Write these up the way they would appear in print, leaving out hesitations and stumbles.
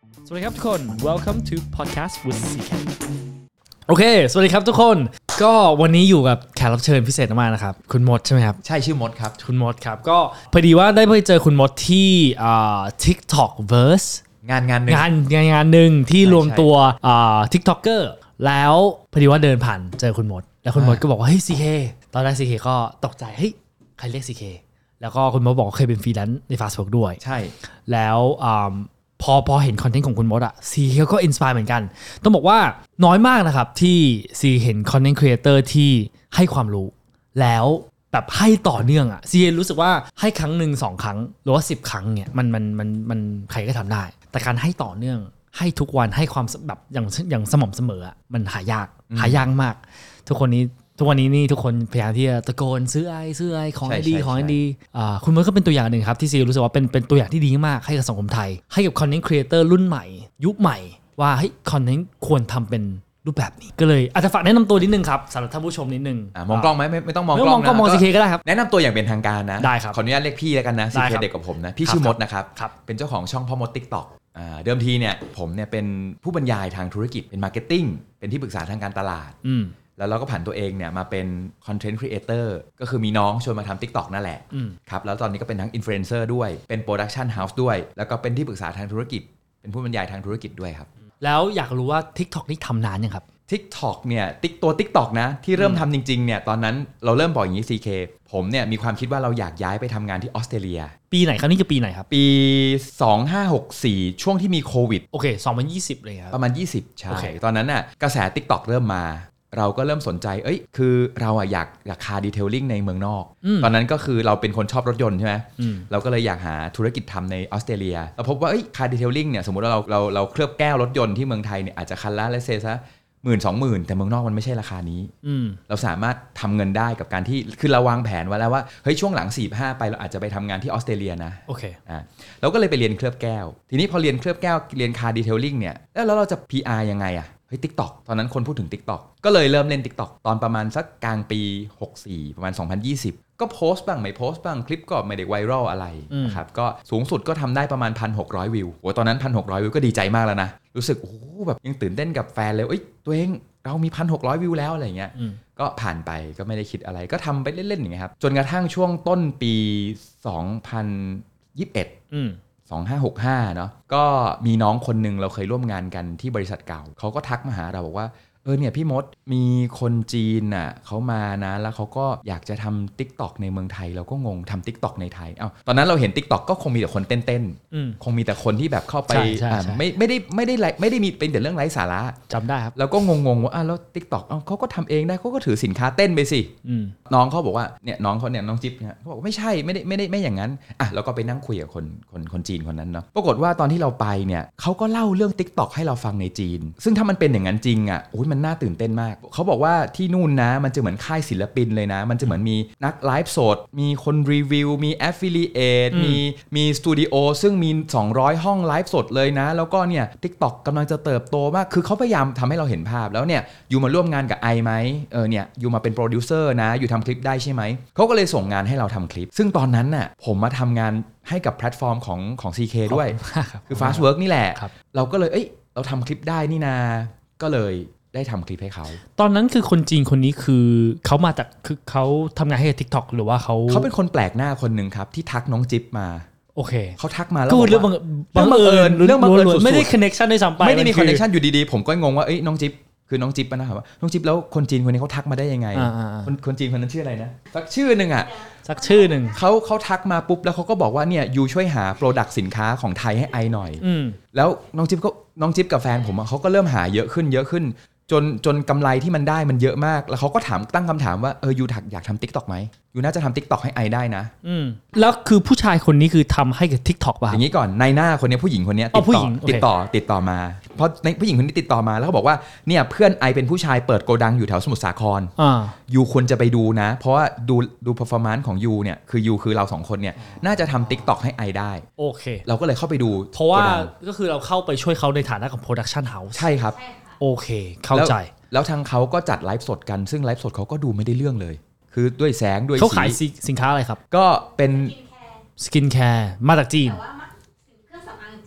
สวัสดีครับทุกคน Welcome to Podcast with CK โอเคสวัสดีครับทุกคนก็วันนี้อยู่กับแขกรับเชิญพิเศษมากนะครับคุณมดใช่ไหมครับใช่ชื่อมดครับคุณมดครับก็พอดีว่าได้ไปเจอคุณมดที่TikTok Verse งานหนึ่งที่รวมตัวTikToker แล้วพอดีว่าเดินผ่านเจอคุณมดแล้วคุณมดก็บอกว่าเฮ้ย CK ตอนแรก CK ก็ตกใจเฮ้ยใครเรียก CK แล้วก็คุณมดบอกเคยเป็นฟรีแลนซ์ใน Fastwork ด้วยใช่แล้วพอเห็นคอนเทนต์ของคุณมดอะซีก็อินสไปร์เหมือนกันต้องบอกว่าน้อยมากนะครับที่ซีเห็นคอนเทนต์ครีเอเตอร์ที่ให้ความรู้แล้วแบบให้ต่อเนื่องอะซีรู้สึกว่าให้ครั้งหนึ่ง2 ครั้งหรือว่า10 ครั้งเนี่ยมันใครก็ทำได้แต่การให้ต่อเนื่องให้ทุกวันให้ความแบบอย่างสม่ำเสมออะมันหายากมากทุกวันนี้นี่ทุกคนพยายามที่จะตะโกนซื้อไอของดีคุณมดก็เป็นตัวอย่างหนึ่งครับที่ซีรู้สึกว่าเป็นตัวอย่างที่ดีมากให้กับสังคมไทยให้กับคอนเทนต์ครีเอเตอร์รุ่นใหม่ยุคใหม่ว่าให้คอนเทนต์ควรทำเป็นรูปแบบนี้ก็เลยอาจจะฝากแนะนำตัวนิดนึงครับสำหรับท่านผู้ชมนิดนึงมองกล้องไหมไม่ต้องมองกล้องนะมองซีเคก็ได้ครับแนะนำตัวอย่างเป็นทางการนะได้ครับขออนุญาตเรียกพี่แล้วกันนะซีเคเด็กกว่าผมนะพี่ชื่อมดนะครับเป็นเจ้าของช่องพ่อมด TikTok เดิมทีเนี่ยผมเนี่ยเป็นผู้บรรยายทางธุรกิจเป็นมาร์เก็ตติ้งเป็นที่ปรึกษาทางการตลาดแล้วเราก็ผันตัวเองเนี่ยมาเป็นคอนเทนต์ครีเอเตอร์ก็คือมีน้องชวนมาทำ TikTok นั่นแหละครับแล้วตอนนี้ก็เป็นทั้งอินฟลูเอนเซอร์ด้วยเป็นโปรดักชันเฮาส์ด้วยแล้วก็เป็นที่ปรึกษาทางธุรกิจเป็นผู้บรรยายทางธุรกิจด้วยครับแล้วอยากรู้ว่า TikTok นี่ทำนานยังครับ TikTok เนี่ยตัว TikTok นะที่เริ่มทำจริงๆเนี่ยตอนนั้นเราเริ่มบอกอย่างนี้ CK ผมเนี่ยมีความคิดว่าเราอยากย้ายไปทำงานที่ออสเตรเลียปีไหนครับนี่คือปีไหนครับปี2564ช่วงที่มีโควิดโอเค2020เลยครับประมาณ20ใช่ตอนนั้นน่ะกระแส TikTok เริ่มมาเราก็เริ่มสนใจคือเราอยากคาร์ดีเทลลิ่งในเมืองนอกตอนนั้นก็คือเราเป็นคนชอบรถยนต์ใช่ไหมเราก็เลยอยากหาธุรกิจทำในออสเตรเลียเราพบว่าคาร์ดีเทลลิ่งเนี่ยสมมติว่าเราเคลือบแก้วรถยนต์ที่เมืองไทยเนี่ยอาจจะคันละเลเซซะ10,000-20,000แต่เมืองนอกมันไม่ใช่ราคานี้เราสามารถทำเงินได้กับการที่คือเราวางแผนไว้แล้วว่าเฮ้ยช่วงหลัง45ไปเราอาจจะไปทำงานที่ออสเตรเลียนะโอเคเราก็เลยไปเรียนเคลือบแก้วทีนี้พอเรียนเคลือบแก้วเรียนคาร์ดีเทลลิ่งเนี่ยแล้วเราจะ PR ยังไงอะเฮ้ย TikTok ตอนนั้นคนพูดถึง TikTok ก็เลยเริ่มเล่น TikTok ตอนประมาณสักกลางปี64ประมาณ2020ก็โพสต์บ้างไม่โพสต์บ้างคลิปก็ไม่ได้ไวรัลอะไรนะครับก็สูงสุดก็ทำได้ประมาณ 1,600 วิวโหตอนนั้น 1,600 วิวก็ดีใจมากแล้วนะรู้สึกโอ้โหแบบยังตื่นเต้นกับแฟนเลยตัวเองเรามี 1,600 วิวแล้วอะไรเงี้ยก็ผ่านไปก็ไม่ได้คิดอะไรก็ทำไปเล่นๆอย่างเงี้ยครับจนกระทั่งช่วงต้นปี2021 2565เนาะก็มีน้องคนหนึ่งเราเคยร่วมงานกันที่บริษัทเก่าเขาก็ทักมาหาเราบอกว่าเนี่ยพี่มดมีคนจีนน่ะเขามานะแล้วเขาก็อยากจะทำ TikTok ในเมืองไทยเราก็งงทำ TikTok ในไทยตอนนั้นเราเห็น TikTok ก็คงมีแต่คนเต้นคงมีแต่คนที่แบบเข้าไปไม่ได้มีเป็นแต่เรื่องไร้สาระจำได้ครับแล้วก็งงว่าแล้ว TikTok เขาก็ทำเองได้เขาก็ถือสินค้าเต้นไปสิน้องเขาบอกว่าเนี่ยน้องเขาเนี่ยน้องจิ๊บเนี่ยเขาบอกไม่ใช่ไม่อย่างนั้นเราก็ไปนั่งคุยกับคนจีนคนนั้นเนาะปรากฏว่าตอนที่เราไปเนี่ยเขาก็เล่าเรื่อง TikTok ให้เราฟังในจีนซึ่งถ้ามันเป็นอย่างนั้นจริงมันน่าตื่นเต้นมากเขาบอกว่าที่นู่นนะมันจะเหมือนค่ายศิลปินเลยนะมันจะเหมือนมีนักไลฟ์สดมีคนรีวิวมี Affiliate มีสตูดิโอซึ่งมี200ห้องไลฟ์สดเลยนะแล้วก็เนี่ย TikTok กำลังจะเติบโตมากคือเขาพยายามทำให้เราเห็นภาพแล้วเนี่ยอยู่มาร่วมงานกับไอไหมเนี่ยอยู่มาเป็นโปรดิวเซอร์นะอยู่ทำคลิปได้ใช่ไหมเขาก็เลยส่งงานให้เราทำคลิปซึ่งตอนนั้นน่ะผมมาทำงานให้กับแพลตฟอร์มของ CK ด้วยคือ Fastwork นี่แหละเราก็เลยเราทำคลิปได้นี่นาก็เลยได้ทำคลิปให้เขาตอนนั้นคือคนจีนคนนี้คือเขามาจากคือเขาทำงานให้ TikTok หรือว่าเขาเป็นคนแปลกหน้าคนหนึ่งครับที่ทักน้องจิ๊บมาโอเคเขาทักมาแล้วก็เรื่องบังเอิญไม่ได้ connection ด้วยซ้ำไปไม่ได้มี connection อยู่ดีๆผมก็งงว่าน้องจิ๊บคือน้องจิ๊บนะครับว่าน้องจิ๊บแล้วคนจีนคนนี้เขาทักมาได้ยังไงคนจีนคนนั้นชื่ออะไรนะสักชื่อหนึ่งเขาทักมาปุ๊บแล้วเขาก็บอกว่าเนี่ยยูช่วยหาโปรดักต์สินค้าของไทยให้ไอหน่อยแล้วน้องจิ๊บกับแฟนผมเขาก็เริ่มหาเยอะขึ้นจนกำไรที่มันได้มันเยอะมากแล้วเขาก็ตั้งคำถามว่ายูอยากทำ TikTok ไหมยูน่าจะทำ TikTok ให้ไอได้นะแล้วคือผู้ชายคนนี้คือทำให้กับ TikTok ป่ะอย่างนี้ก่อนในหน้าคนนี้ผู้หญิงคนนี้ติดต่อมาเพราะในผู้หญิงคนนี้ติดต่อมาแล้วเขาบอกว่าเนี่ยเพื่อนไอเป็นผู้ชายเปิดโกดังอยู่แถวสมุทรสาครยูควรจะไปดูนะเพราะว่าดู performance ของยูเนี่ยคือเรา2คนเนี่ยน่าจะทำ TikTok ให้ไอได้โอเคเราก็เลยเข้าไปดูเพราะว่าก็คือเราเข้าไปช่วยเขาในฐานะของ Production House ใช่ครับโอเคเข้าใจแล้วทางเขาก็จัดไลฟ์สดกันซึ่งไลฟ์สดเขาก็ดูไม่ได้เรื่องเลยคือด้วยแสงด้วยเขาขายสินค้าอะไรครับก็เป็นสกินแคร์มาจากจีนแต่ว่าเครื่องสำอางจีน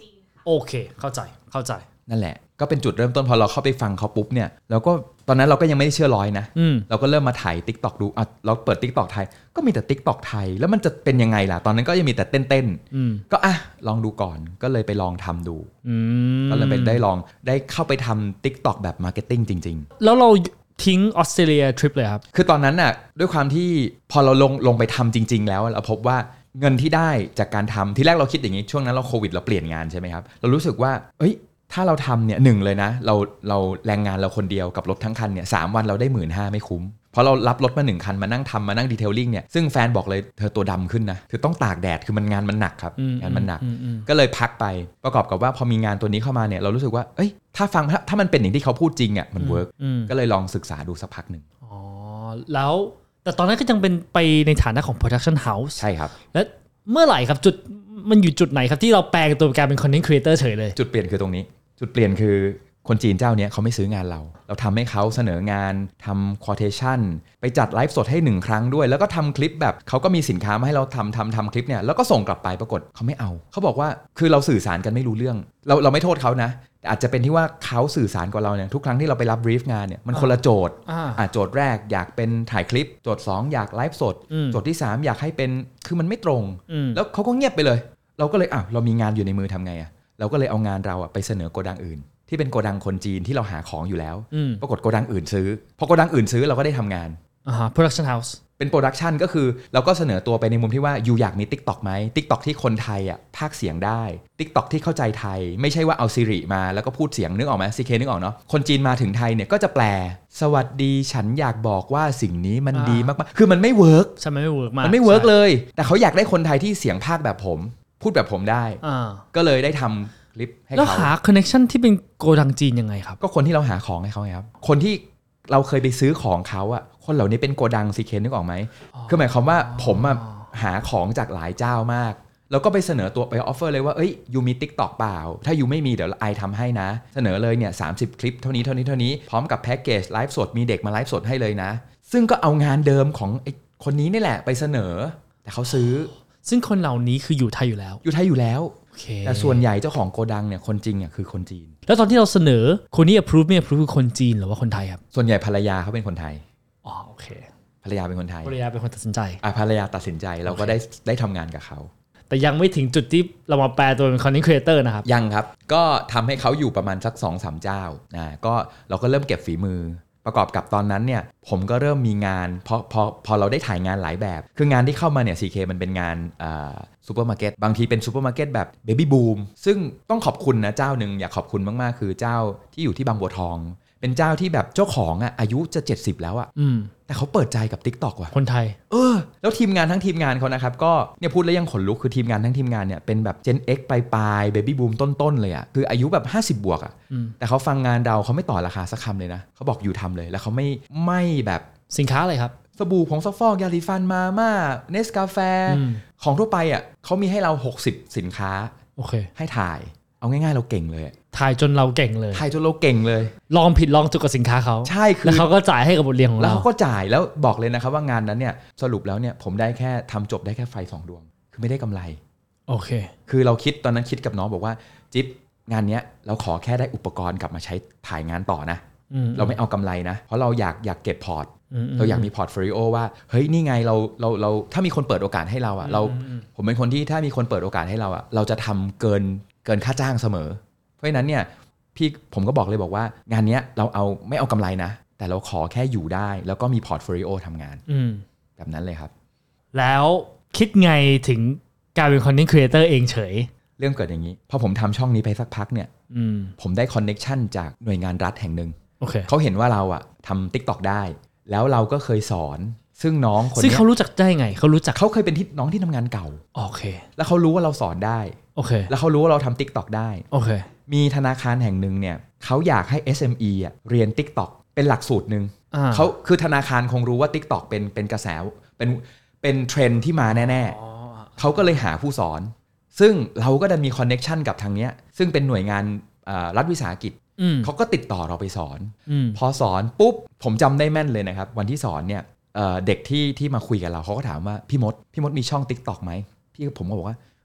โอเคเข้าใจนั่นแหละก็เป็นจุดเริ่มต้นพอเราเข้าไปฟังเขาปุ๊บเนี่ยแล้วก็ตอนนั้นเราก็ยังไม่ได้เชื่อร้อยนะเราก็เริ่มมาถ่าย TikTok ดูเราเปิด TikTok ไทยก็มีแต่ TikTok ไทยแล้วมันจะเป็นยังไงล่ะตอนนั้นก็ยังมีแต่เต้นก็ลองดูก่อนก็เลยไปลองทำดูก็เลยเป็นได้เข้าไปทำ TikTok แบบมาร์เก็ตติ้งจริงๆแล้วเราทิ้งออสเตรเลียทริปเลยครับคือตอนนั้นน่ะด้วยความที่พอเราลงไปทำจริงๆแล้วเราพบว่าเงินที่ได้จากการทำที่แรกเราคิดอย่างนี้ช่วงนั้นเราโควิดเราเปลี่ยนงานใช่ไหมครับเรารู้สึกว่าถ้าเราทำเนี่ย1เลยนะเราแรงงานเราคนเดียวกับรถทั้งคันเนี่ย3 วันเราได้ 15,000 ไม่คุ้มเพราะเรารับรถมา1 คันมานั่งทำมานั่งดีเทลลิ่งเนี่ยซึ่งแฟนบอกเลยเธอตัวดำขึ้นนะเธอต้องตากแดดคือมันงานมันหนักครับงานมันหนักก็เลยพักไปประกอบกับว่าพอมีงานตัวนี้เข้ามาเนี่ยเรารู้สึกว่าถ้ามันเป็นอย่างที่เขาพูดจริงอ่ะมันเวิร์กก็เลยลองศึกษาดูสักพักหนึ่งแล้วแต่ตอนนั้นก็ยังเป็นไปในฐานะของ production house ใช่ครับแล้วเมื่อไหร่ครับมันอยู่จุดไหนครับที่เราแปลงตัวกลายเป็น content creator เฉยเลยจุดเปลี่ยนคือตรงนี้จุดเปลี่ยนคือคนจีนเจ้าเนี้ยเขาไม่ซื้องานเราทำให้เขาเสนองานทำ quotation ไปจัดไลฟ์สดให้1 ครั้งด้วยแล้วก็ทำคลิปแบบเขาก็มีสินค้ามาให้เราทำคลิปเนี่ยแล้วก็ส่งกลับไปปรากฏเขาไม่เอาเขาบอกว่าคือเราสื่อสารกันไม่รู้เรื่องเราไม่โทษเขานะแต่อาจจะเป็นที่ว่าเขาสื่อสารกับเราเนี่ยทุกครั้งที่เราไปรับบรีฟงานเนี่ยมันคนละโจทย์โจทย์แรกอยากเป็นถ่ายคลิปโจทย์2อยากไลฟ์สดโจทย์ที่3อยากให้เป็นคือมันไม่ตรงแล้วเขาก็เงียบไปเลยเราก็เลยเรามีงานอยู่ในมือทำไงเราก็เลยเอางานเราไปเสนอโกดังอื่นที่เป็นโกดังคนจีนที่เราหาของอยู่แล้วปรากฏโกดังอื่นซื้อพอโกดังอื่นซื้อเราก็ได้ทำงาน production house เป็นโปรดักชันก็คือเราก็เสนอตัวไปในมุมที่ว่าอยู่อยากมี TikTok ไหม TikTok ที่คนไทยพากย์เสียงได้ TikTok ที่เข้าใจไทยไม่ใช่ว่าเอา Siri มาแล้วก็พูดเสียงนึกออกไหม CK นึกออกเนาะคนจีนมาถึงไทยเนี่ยก็จะแปลสวัสดีฉันอยากบอกว่าสิ่งนี้มันดีมากๆคือมันไม่เวิร์กใช่มันไม่เวิร์กมากมันไม่เวิร์กเลยแต่เขาอยากได้คนไทยที่เสียงพากย์แบบผมพูดแบบผมได้ก็เลยได้ทำคลิปให้เขาแล้วหา connection ที่เป็นโกดังจีนยังไงครับก็คนที่เราหาของให้เขาครับคนที่เราเคยไปซื้อของเขาคนเหล่านี้เป็นโกดังซีเคนนึกออกไหมคือหมายความว่าผมหาของจากหลายเจ้ามากแล้วก็ไปเสนอตัวไปออฟเฟอร์เลยว่ายูมี TikTok เปล่าถ้ายูไม่มีเดี๋ยวไอทำให้นะเสนอเลยเนี่ย30 คลิปเท่านี้พร้อมกับแพ็กเกจไลฟ์สดมีเด็กมาไลฟ์สดให้เลยนะซึ่งก็เอางานเดิมของไอ้คนนี้นี่แหละไปเสนอแต่เขาซื้อซึ่งคนเหล่านี้คืออยู่ไทยอยู่แล้วแต่ส่วนใหญ่เจ้าของโกดังเนี่ยคนจริงคือคนจีนแล้วตอนที่เราเสนอคนนี้ approve ไม่ approve คือคนจีนหรือว่าคนไทยครับส่วนใหญ่ภรรยาเขาเป็นคนไทยโอเคภรรยาเป็นคนไทยภรรยาเป็นคนตัดสินใจภรรยาตัดสินใจเราก็ได้ทำงานกับเขาแต่ยังไม่ถึงจุดที่เรามาแปลตัวเป็น content creator นะครับยังครับก็ทำให้เขาอยู่ประมาณสัก 2-3 เจ้าก็เราก็เริ่มเก็บฝีมือประกอบกับตอนนั้นเนี่ยผมก็เริ่มมีงานพอเราได้ถ่ายงานหลายแบบคืองานที่เข้ามาเนี่ย CK มันเป็นงานซูเปอร์มาร์เก็ตบางทีเป็นซูเปอร์มาร์เก็ตแบบเบบี้บูมซึ่งต้องขอบคุณนะเจ้าหนึ่งอยากขอบคุณมากๆคือเจ้าที่อยู่ที่บางบัวทองเป็นเจ้าที่แบบเจ้าของอายุจะ70แล้วแต่เขาเปิดใจกับ TikTok ว่ะคนไทยแล้วทีมงานทั้งทีมงานเขานะครับก็เนี่ยพูดแล้วยังขนลุกคือทีมงานทั้งทีมงานเนี่ยเป็นแบบ Gen X ปลายๆ Baby Boom ต้นๆเลยคืออายุแบบ50 บวกแต่เขาฟังงานเราเขาไม่ต่อราคาสักคำเลยนะเขาบอกอยู่ทำเลยแล้วเขาไม่แบบสินค้าอะไรครับสบู่ผงซักฟอกยาสีฟันมาม่าเนสกาแฟของทั่วไปเขามีให้เรา60สินค้าให้ถ่ายเอาง่ายๆเราเก่งเลยถ่ายจนเราเก่งเลยลองผิดลองถูกกับสินค้าเขาใช่คือแล้วเขาก็จ่ายให้กับบทเรียนของเราแล้วเขาก็จ่ายแล้วบอกเลยนะครับว่างานนั้นเนี่ยสรุปแล้วเนี่ยผมได้แค่ทำจบได้แค่ไฟ2 ดวงคือไม่ได้กำไรคือเราตอนนั้นคิดกับน้องบอกว่าจิ๊บงานเนี้ยเราขอแค่ได้อุปกรณ์กลับมาใช้ถ่ายงานต่อนะเราไม่เอากำไรนะเพราะเราอยากเก็บพอร์ตเราอยากมีพอร์ตโฟลิโอว่าเฮ้ยนี่ไงเราถ้ามีคนเปิดโอกาสให้เราผมเป็นคนที่ถ้ามีคนเปิดโอกาสให้เราเราจะทำเกินค่าจ้างเสมอเพราะฉะนั้นเนี่ยผมก็บอกเลยบอกว่างานนี้เราไม่เอากำไรนะแต่เราขอแค่อยู่ได้แล้วก็มีพอร์ตโฟลิโอทำงานแบบนั้นเลยครับแล้วคิดไงถึงการเป็นคอนเทนต์ครีเอเตอร์เองเฉยเรื่องเกิดอย่างนี้พอผมทำช่องนี้ไปสักพักเนี่ยผมได้คอนเน็กชันจากหน่วยงานรัฐแห่งหนึ่งเขาเห็นว่าเราทำ TikTok ได้แล้วเราก็เคยสอนซึ่งน้องคนนี้ซึ่งเขารู้จักได้ไงเขาเคยเป็นน้องที่ทำงานเก่าแล้วเขารู้ว่าเราสอนได้แล้วเขารู้ว่าเราทำ TikTok ได้มีธนาคารแห่งหนึ่งเนี่ยเขาอยากให้ SME เรียน TikTok เป็นหลักสูตรหนึ่งเขาคือธนาคารคงรู้ว่า TikTok เป็นกระแสเป็นเทรนด์ที่มาแน่ๆเขาก็เลยหาผู้สอนซึ่งเราก็ได้มีคอนเน็กชันกับทางเนี้ยซึ่งเป็นหน่วยงานรัฐวิสาหกิจเขาก็ติดต่อเราไปสอนพอสอนปุ๊บผมจำได้แม่นเลยนะครับวันที่สอนเนี่ย เด็กที่มาคุยกับเราเขาก็ถามว่าพี่มดมีช่อง TikTok ไหมผมก็บอกว่า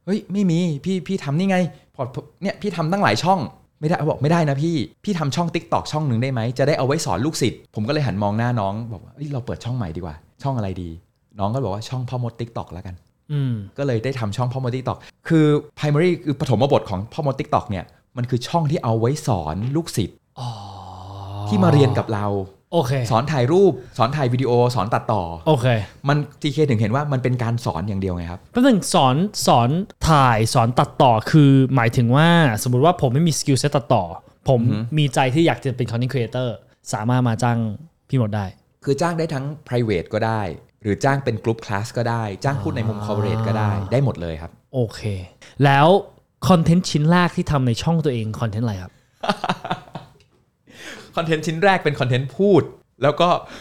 เฮ้ยไม่มีพี่ทำนี่ไงพอเนี่ยพี่ทำตั้งหลายช่องไม่ได้บอกไม่ได้นะพี่ทำช่อง TikTok ช่องหนึ่งได้ไหมจะได้เอาไว้สอนลูกศิษย์ผมก็เลยหันมองหน้าน้องบอกว่าเราเปิดช่องใหม่ดีกว่าช่องอะไรดีน้องก็บอกว่าช่องพ่อมด TikTok แล้วกันก็เลยได้ทำช่องพ่อมด TikTok คือ primary คือปฐมบทของพ่อมด TikTok เนี่ยมันคือช่องที่เอาไว้สอนลูกศิษย์ที่มาเรียนกับเราโอเคสอนถ่ายรูปสอนถ่ายวิดีโอสอนตัดต่อโอเคมัน TK ถึงเห็นว่ามันเป็นการสอนอย่างเดียวไงครับแป๊บนึงสอนถ่ายสอนตัดต่อคือหมายถึงว่าสมมุติว่าผมไม่มีสกิลเซ็ตตัดต่อผมมีใจที่อยากจะเป็น content creator สามารถมาจ้างพี่หมดได้คือจ้างได้ทั้ง private ก็ได้หรือจ้างเป็นกลุ่มคลาสก็ได้จ้างพูดในมุม corporate ก็ได้หมดเลยครับโอเคแล้วคอนเทนต์ชิ้นแรกที่ทำในช่องตัวเองคอนเทนต์อะไรครับคอนเทนต์ชิ้นแรกเป็นคอนเทนต์พูดแล้วก็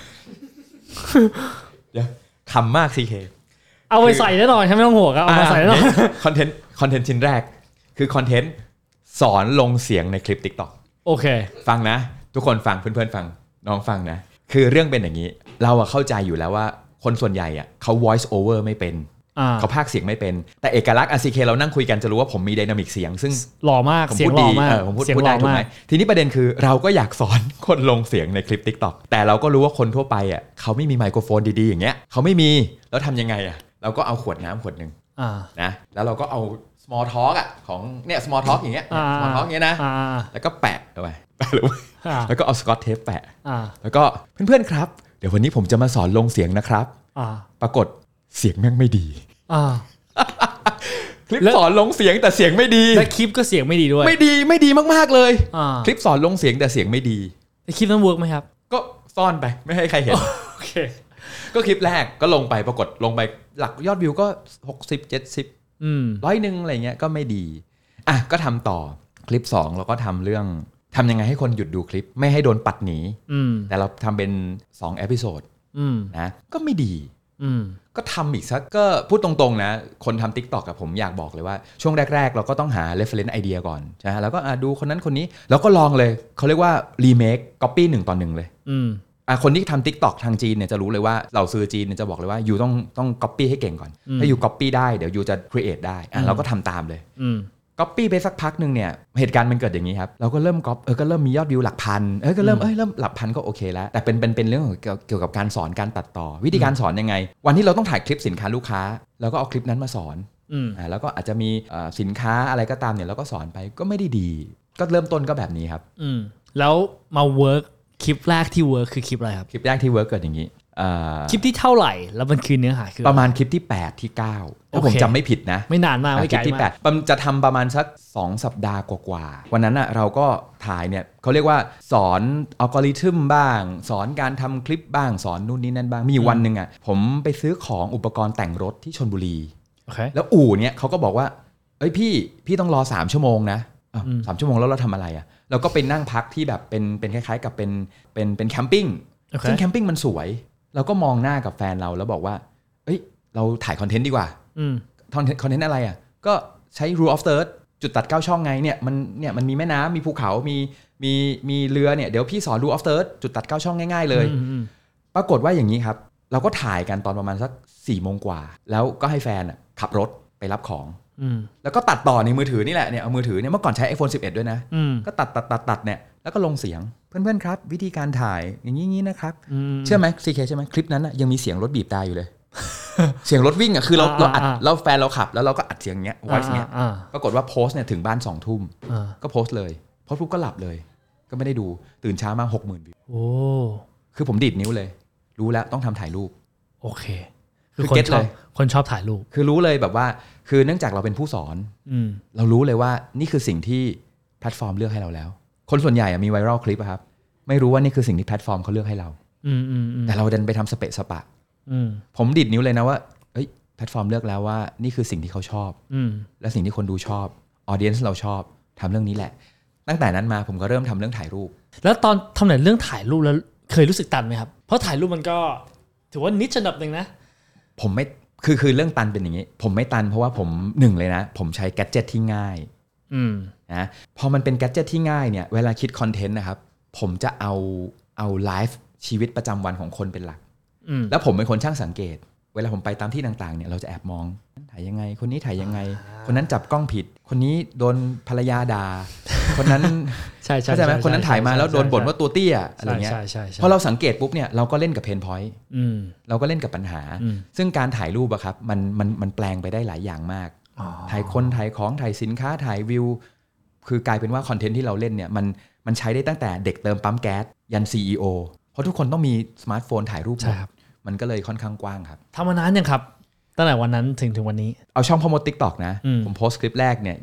เดี๋ยวขำมาก CK เอาไปใส่แน่นอนใช่ไม่ต้องห่วงครับเอามาใส่แน่นอนคอนเทนต์ชิ้นแรกคือคอนเทนต์สอนลงเสียงในคลิป TikTok โอเคฟังนะทุกคนฟังเพื่อนๆฟังน้องฟังนะคือเรื่องเป็นอย่างนี้เราเข้าใจอยู่แล้วว่าคนส่วนใหญ่เขา voice over ไม่เป็นเขาพากย์เสียงไม่เป็นแต่เอกลักษณ์ CK เรานั่งคุยกันจะรู้ว่าผมมีไดนามิกเสียงซึ่งหล่อมากผมพูดดีผมพูดได้ถูกไหมทีนี้ประเด็นคือเราก็อยากสอนคนลงเสียงในคลิป TikTok แต่เราก็รู้ว่าคนทั่วไปเขาไม่มีไมโครโฟนดีๆอย่างเงี้ยเขาไม่มีแล้วทำยังไงเราก็เอาขวดน้ำขวดนึงนะแล้วเราก็เอา small talk ของเนี่ย small talk อย่างเงี้ย small talk อย่างเงี้ยนะแล้วก็แปะเอาไว้แล้วก็เอาสกอตเทปแปะแล้วก็เพื่อนๆครับเดี๋ยววันนี้ผมจะมาสอนลงเสียงนะครับปรากฏเสียงแม่งไม่ดีคลิปสอนลงเสียงแต่เสียงไม่ดีและคลิปก็เสียงไม่ดีด้วยไม่ดีมากๆเลยคลิปสอนลงเสียงแต่เสียงไม่ดีคลิปนั้นเวิร์กไหมครับก็ซ่อนไปไม่ให้ใครเห็นโอเคก็คลิปแรกก็ลงไปปรากฏลงไปหลักยอดวิวก็60 70 100นึงอะไรเงี้ยก็ไม่ดีก็ทำต่อคลิป2เราก็ทำเรื่องทำยังไงให้คนหยุดดูคลิปไม่ให้โดนปัดหนีแต่เราทำเป็น2เอพิโซดนะก็ไม่ดีก็ทำอีกสักก็พูดตรงๆนะคนทำ TikTok กับผมอยากบอกเลยว่าช่วงแรกๆเราก็ต้องหา reference idea ก่อนใช่ไหมแล้วก็ดูคนนั้นคนนี้แล้วก็ลองเลยเขาเรียกว่า remake copy 1 ต่อ 1เลยคนที่ทำ TikTok ทางจีนเนี่ยจะรู้เลยว่าเหล่าซื้อจีนเนี่ยจะบอกเลยว่าอยู่ต้อง copy ให้เก่งก่อนถ้าอยู่ copy ได้เดี๋ยวอยู่จะ create ได้เราก็ทำตามเลยcopy ไปสักพักนึงเนี่ยเหตุการณ์มันเกิดอย่างนี้ครับเราก็เริ่มก็เริ่มมียอดวิวหลักพันก็เริ่มหลักพันก็โอเคแล้วแต่เป็นเรื่องเกี่ยวกับการสอนการตัดต่อวิธีการสอนยังไงวันที่เราต้องถ่ายคลิปสินค้าลูกค้าเราก็เอาคลิปนั้นมาสอนแล้วก็อาจจะมีสินค้าอะไรก็ตามเนี่ยเราก็สอนไปก็ไม่ได้ดีก็เริ่มต้นก็แบบนี้ครับแล้วมาเวิร์กคลิปแรกที่เวิร์กคือคลิปอะไรครับคลิปแรกที่เวิร์กเกิดอย่างนี้คลิปที่เท่าไหร่แล้วมันคือเนื้อหาคือประมาณคลิปที่8ที่9ถ้าผมจำไม่ผิดนะไม่นานมากไม่ไกลมากจะทำประมาณสัก2 สัปดาห์กว่าวันนั้นเราก็ถ่ายเนี่ยเขาเรียกว่าสอนอัลกอริทึมบ้างสอนการทำคลิปบ้างสอนนู่นนี่นั่นบ้างมีวันหนึ่งผมไปซื้อของอุปกรณ์แต่งรถที่ชลบุรีแล้วอู่เนี่ยเขาก็บอกว่าเอ้ยพี่ต้องรอ3 ชั่วโมงนะ3 ชั่วโมงแล้วเราทำอะไรเราก็ไปนั่งพักที่แบบเป็นคล้ายๆกับเป็นแคมปิ้งซึ่งแคมปิ้งมันสวยเราก็มองหน้ากับแฟนเราแล้วบอกว่าเอ้ยเราถ่ายคอนเทนต์ดีกว่าคอนเทนต์อะไรก็ใช้ rule of third จุดตัด9 ช่องไงเนี่ยมันมีแม่น้ำมีภูเขามีเรือเนี่ยเดี๋ยวพี่สอน rule of third จุดตัด9 ช่องง่ายๆเลยปรากฏว่าอย่างนี้ครับเราก็ถ่ายกันตอนประมาณสัก4 โมงกว่าแล้วก็ให้แฟนขับรถไปรับของแล้วก็ตัดต่อในมือถือนี่แหละเนี่ยเอามือถือเนี่ยเมื่อก่อนใช้ iPhone 11 ด้วยนะก็ตัดเนี่ยแล้วก็ลงเสียงเพื่อนๆครับวิธีการถ่ายอย่างนี้นะครับเชื่อไหม CK ใช่ไหมคลิปนั้นยังมีเสียงรถบีบตาอยู่เลย เสียงรถวิ่งคือเราอัดแล้วแฟนเราขับแล้วเราก็อัดเสียงเงี้ย voice เงี้ยปรากฏว่าโพสต์เนี่ยถึงบ้าน20 ทุ่มก็โพสต์เลยโพสต์ปุ๊บก็หลับเลยก็ไม่ได้ดูตื่นเช้ามา 60,000 วิวโอ้คือผมดีดนิ้วเลยรู้แล้วต้องทำถ่ายรูปโอเคคือคนชอบถ่ายรูปคือรู้เลยแบบว่าคือเนื่องจากเราเป็นผู้สอนเรารู้เลยว่านี่คือสิ่งที่แพลตฟอร์มเลือกให้เราแล้วคนส่วนใหญ่มีไวรัลคลิปครับไม่รู้ว่านี่คือสิ่งที่แพลตฟอร์มเขาเลือกให้เราแต่เราดันไปทำสเปะสปะผมดิดนิ้วเลยนะว่าแพลตฟอร์มเลือกแล้วว่านี่คือสิ่งที่เขาชอบและสิ่งที่คนดูชอบออเดียนซ์เราชอบทำเรื่องนี้แหละตั้งแต่นั้นมาผมก็เริ่มทำเรื่องถ่ายรูปแล้วตอนทำเรื่องถ่ายรูปแล้วเคยรู้สึกตันไหมครับเพราะถ่ายรูปมันก็ถือว่านิชระดับนึงนะผมไม่คือเรื่องตันเป็นอย่างนี้ผมไม่ตันเพราะว่าผม1เลยนะผมใช้แกดเจ็ตที่ง่ายนะพอมันเป็นแกดเจ็ตที่ง่ายเนี่ยเวลาคิดคอนเทนต์นะครับผมจะเอาไลฟ์ชีวิตประจำวันของคนเป็นหลักแล้วผมเป็นคนช่างสังเกตเวลาผมไปตามที่ต่างๆเนี่ยเราจะแอบมองถ่ายยังไงคนนี้ถ่ายยังไงคนนั้นจับกล้องผิดคนนี้โดนภรรยาด่าคนนั้นใช่ไหมคนนั้นถ่ายมาแล้วโดนบ่นว่าตัวเตี้ยอะไรเงี้ยพอเราสังเกตปุ๊บเนี่ยเราก็เล่นกับเพนพอยต์เราก็เล่นกับปัญหาซึ่งการถ่ายรูปอะครับมันแปลงไปได้หลายอย่างมากถ่ายคนถ่ายของถ่ายสินค้าถ่ายวิวคือกลายเป็นว่าคอนเทนต์ที่เราเล่นเนี่ยมันใช้ได้ตั้งแต่เด็กเติมปั๊มแก๊สยัน CEO เพราะทุกคนต้องมีสมาร์ทโฟนถ่ายรูปมันก็เลยค่อนข้างกว้างครับทำมานานยังครับตั้งแต่วันนั้นถึงวันนี้เอาช่องพ่อมด TikTok นะผมโพสต์คลิปแรกเนี่ย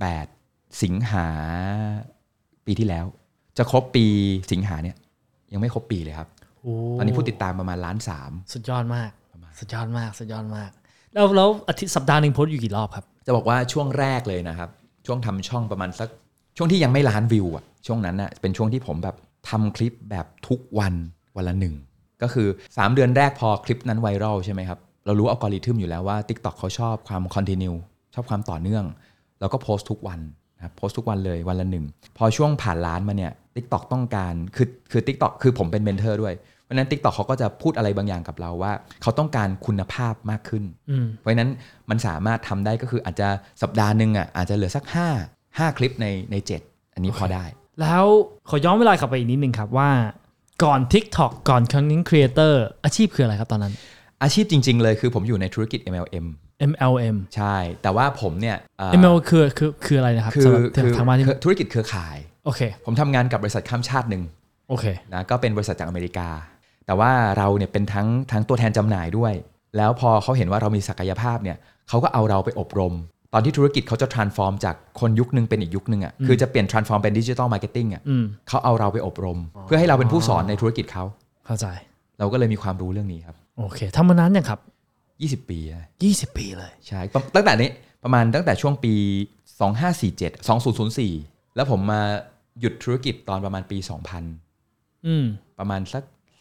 28สิงหาปีที่แล้วจะครบปีสิงหาเนี่ยยังไม่ครบปีเลยครับตอนนี้ผู้ติดตามประมาณ1.3 ล้านสุดยอดมากสุดยอดมากแล้วอาทิตย์สัปดาห์นึงโพสต์อยู่กี่รอบครับจะบอกว่าช่วงแรกเลยนะครับช่วงทำช่องประมาณสักช่วงที่ยังไม่ล้านวิวอ่ะช่วงนั้นน่ะเป็นช่วงที่ผมแบบทำคลิปแบบทุกวันละหนึ่งก็คือ3เดือนแรกพอคลิปนั้นไวรัลใช่ไหมครับเรารู้อัลกอริทึมอยู่แล้วว่า TikTok เขาชอบความคอนทินิวชอบความต่อเนื่องเราก็โพสต์ทุกวันนะครับโพสต์ทุกวันเลยวันละหนึ่งพอช่วงผ่านล้านมาเนี่ย TikTok ต้องการคือ TikTok คือผมเป็นเมนเทอร์ด้วยเพราะฉะนั้น TikTok เขาก็จะพูดอะไรบางอย่างกับเราว่าเขาต้องการคุณภาพมากขึ้นเพราะฉะนั้นมันสามารถทำได้ก็คืออาจจะสัปดาห์นึงอ่ะอาจจะเหลือสัก5คลิปใน7อันนี้พอได้แล้วขอย้อนเวลากลับไปอีกนิดนึงครับว่าก่อน TikTok ก่อน Content Creator อาชีพคืออะไรครับตอนนั้นอาชีพจริงๆเลยคือผมอยู่ในธุรกิจ MLM ใช่แต่ว่าผมเนี่ย MLM คืออะไรนะครับคือทางบ้านที่ธุรกิจเครือข่ายโอเคผมทำงานกับบริษัทข้ามชาติหนึ่งโอเคนะก็เป็นบริษัทจากอเมริกาแต่ว่าเราเนี่ยเป็นทั้งตัวแทนจำหน่ายด้วยแล้วพอเขาเห็นว่าเรามีศักยภาพเนี่ยเขาก็เอาเราไปอบรมตอนที่ธุรกิจเขาจะ transform จากคนยุคนึงเป็นอีกยุคนึงอ่ะคือจะเปลี่ยน transform เป็น digital marketing อ่ะเขาเอาเราไปอบรมเพื่อให้เราเป็นผู้สอนในธุรกิจเขาเข้าใจเราก็เลยมีความรู้เรื่องนี้ครับโอเคทำมานานยังครับ 20 ปี 20 ปีเลยใช่ตั้งแต่นี้ประมาณตั้งแต่ช่วงปี2004แล้วผมมาหยุดธุรกิจตอนประมาณปี2000ประมาณสัก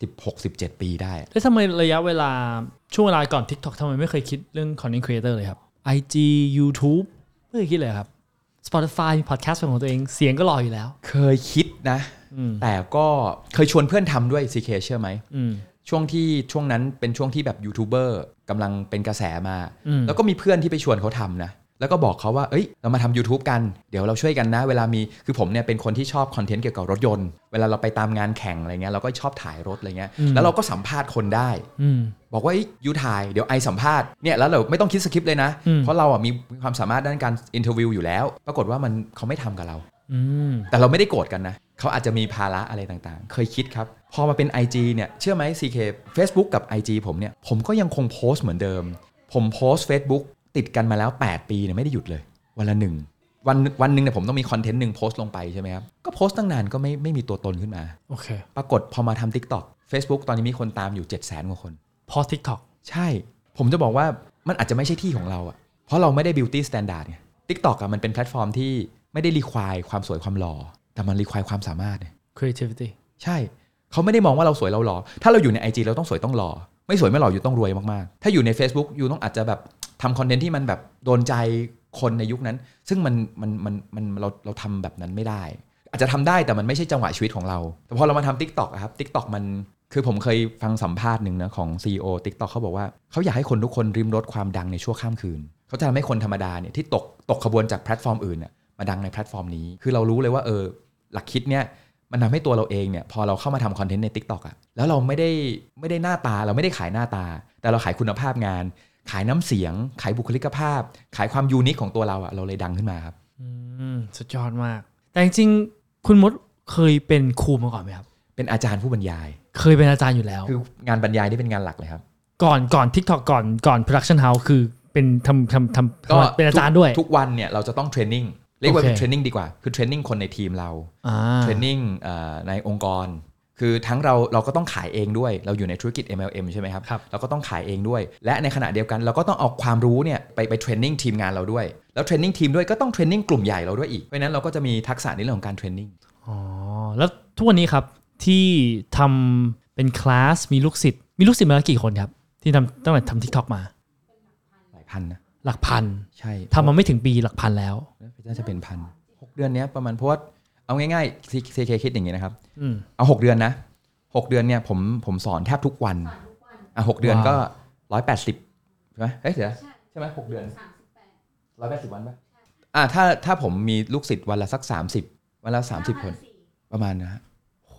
16-17 ปีได้แล้วทำไมระยะเวลาช่วงเวลาก่อน TikTok ทำไมไม่เคยคิดเรื่อง Content Creator เลยครับ IG YouTube ไม่เคยคิดเลยครับ Spotify มี podcast ของตัวเองเสียงก็รออยู่แล้วเคยคิดนะแต่ก็เคยชวนเพื่อนทำด้วย CK เชื่อไหมช่วงนั้นเป็นช่วงที่แบบยูทูบเบอร์กำลังเป็นกระแสมาแล้วก็มีเพื่อนที่ไปชวนเขาทำนะแล้วก็บอกเขาว่าเรามาทำ YouTube กันเดี๋ยวเราช่วยกันนะเวลามีคือผมเนี่ยเป็นคนที่ชอบคอนเทนต์เกี่ยวกับรถยนต์เวลาเราไปตามงานแข่งอะไรเงี้ยเราก็ชอบถ่ายรถอะไรเงี้ยแล้วเราก็สัมภาษณ์คนได้บอกว่ายูถ่ายเดี๋ยวไอสัมภาษณ์เนี่ยแล้วเราไม่ต้องคิดสคริปต์เลยนะเพราะเรามีความสามารถด้านการอินเทอร์วิวอยู่แล้วปรากฏว่าเขาไม่ทำกับเราแต่เราไม่ได้โกรธกันนะเขาอาจจะมีภาระอะไรต่างๆเคยคิดครับพอมาเป็น IG เนี่ยเชื่อไหม CK Facebook กับ IG ผมเนี่ยผมก็ยังคงโพสต์เหมือนเดิมผมโพสต์ Facebook ติดกันมาแล้ว8ปีเนี่ยไม่ได้หยุดเลยวันละวันนึงเนี่ยผมต้องมีคอนเทนต์นึงโพสต์ลงไปใช่ไหมครับก็โพสต์ตั้งนานก็ไม่มีตัวตนขึ้นมาโอเคปรากฏพอมาทำ TikTok Facebook ตอนนี้มีคนตามอยู่ 700,000 กว่าคนพอ TikTok ใช่ผมจะบอกว่ามันอาจจะไม่ใช่ที่ของเราอ่ะเพราะเราไม่ได้ beauty standard ไง TikTok อ่ะมันเป็นแพลตฟอร์มที่ไม่ได้รีควายความสวยความหล่อแต่มันรีควายความสามารถเนี่ย creativity ใช่เขาไม่ได้มองว่าเราสวยเราหล่อถ้าเราอยู่ใน IG เราต้องสวยต้องหล่อไม่สวยไม่หล่ออยู่ต้องรวยมากๆถ้าอยู่ใน Facebook อยู่ต้องอาจจะแบบทำคอนเทนต์ที่มันแบบโดนใจคนในยุคนั้นซึ่งเราทำแบบนั้นไม่ได้อาจจะทำได้แต่มันไม่ใช่จังหวะชีวิตของเราแต่พอเรามาทำ TikTok ครับ TikTok มันคือผมเคยฟังสัมภาษณ์นึงนะของ CEO TikTok เขาบอกว่าเขาอยากให้คนทุกคนริมรสความดังในชั่วข้ามคืนเขาจะทำให้คนธรรมดาเนี่ยที่ตกขบวนจากแพลตฟอร์มอื่นมาดังในแพลตฟอร์มนี้คือเรารู้เลยว่าหลักคิดเนี่ยมันทำให้ตัวเราเองเนี่ยพอเราเข้ามาทำคอนเทนต์ใน TikTok แล้วเราไม่ได้หน้าตาเราไม่ได้ขายหน้าตาแต่เราขายคุณภาพงานขายน้ำเสียงขายบุคลิกภาพขายความยูนิคของตัวเราเราเลยดังขึ้นมาครับสุดยอดมากแต่จริงๆคุณมดเคยเป็นครูมาก่อนไหมครับเป็นอาจารย์ผู้บรรยายเคยเป็นอาจารย์อยู่แล้วคืองานบรรยายนี่เป็นงานหลักเลยครับก่อน TikTok ก่อน Production House คือเป็นทำก็เป็นอาจารย์ด้วยทุกวันเนี่ยเราจะต้องเทรนนิ่งเรียกว่าเป็นเทรนนิ่งดีกว่าคือเทรนนิ่งคนในทีมเราเทรนนิ่งในองค์กรคือทั้งเราก็ต้องขายเองด้วยเราอยู่ในธุรกิจ MLM ใช่ไหมครับเราก็ต้องขายเองด้วยและในขณะเดียวกันเราก็ต้องเอาความรู้เนี่ยไปเทรนนิ่งทีมงานเราด้วยแล้วเทรนนิ่งทีมด้วยก็ต้องเทรนนิ่งกลุ่มใหญ่เราด้วยอีกเพราะนั้นเราก็จะมีทักษะในเรื่องของการเทรนนิ่งแล้วทุกวันนี้ครับที่ทำเป็นคลาสมีลูกศิษย์มาแล้วกี่คนครับที่ตั้งแต่ทำ TikTok มาหลายพันนะหลักพันใช่ทำมาไม่ถึงปีหลักพันแล้วน่าจะเป็นพัน6 เดือนนี้ประมาณเพราะว่าเอาง่ายๆ CK คิดอย่างนี้นะครับเอา6 เดือนนะ6 เดือนเนี่ยผมสอนแทบทุกวัน6 เดือนก็180ใช่ไหมเดี๋ยวช่ไหม6 เดือน180 วันป่ะถ้าผมมีลูกศิษย์วันละสัก30วันละ30 คนประมาณนะฮะโห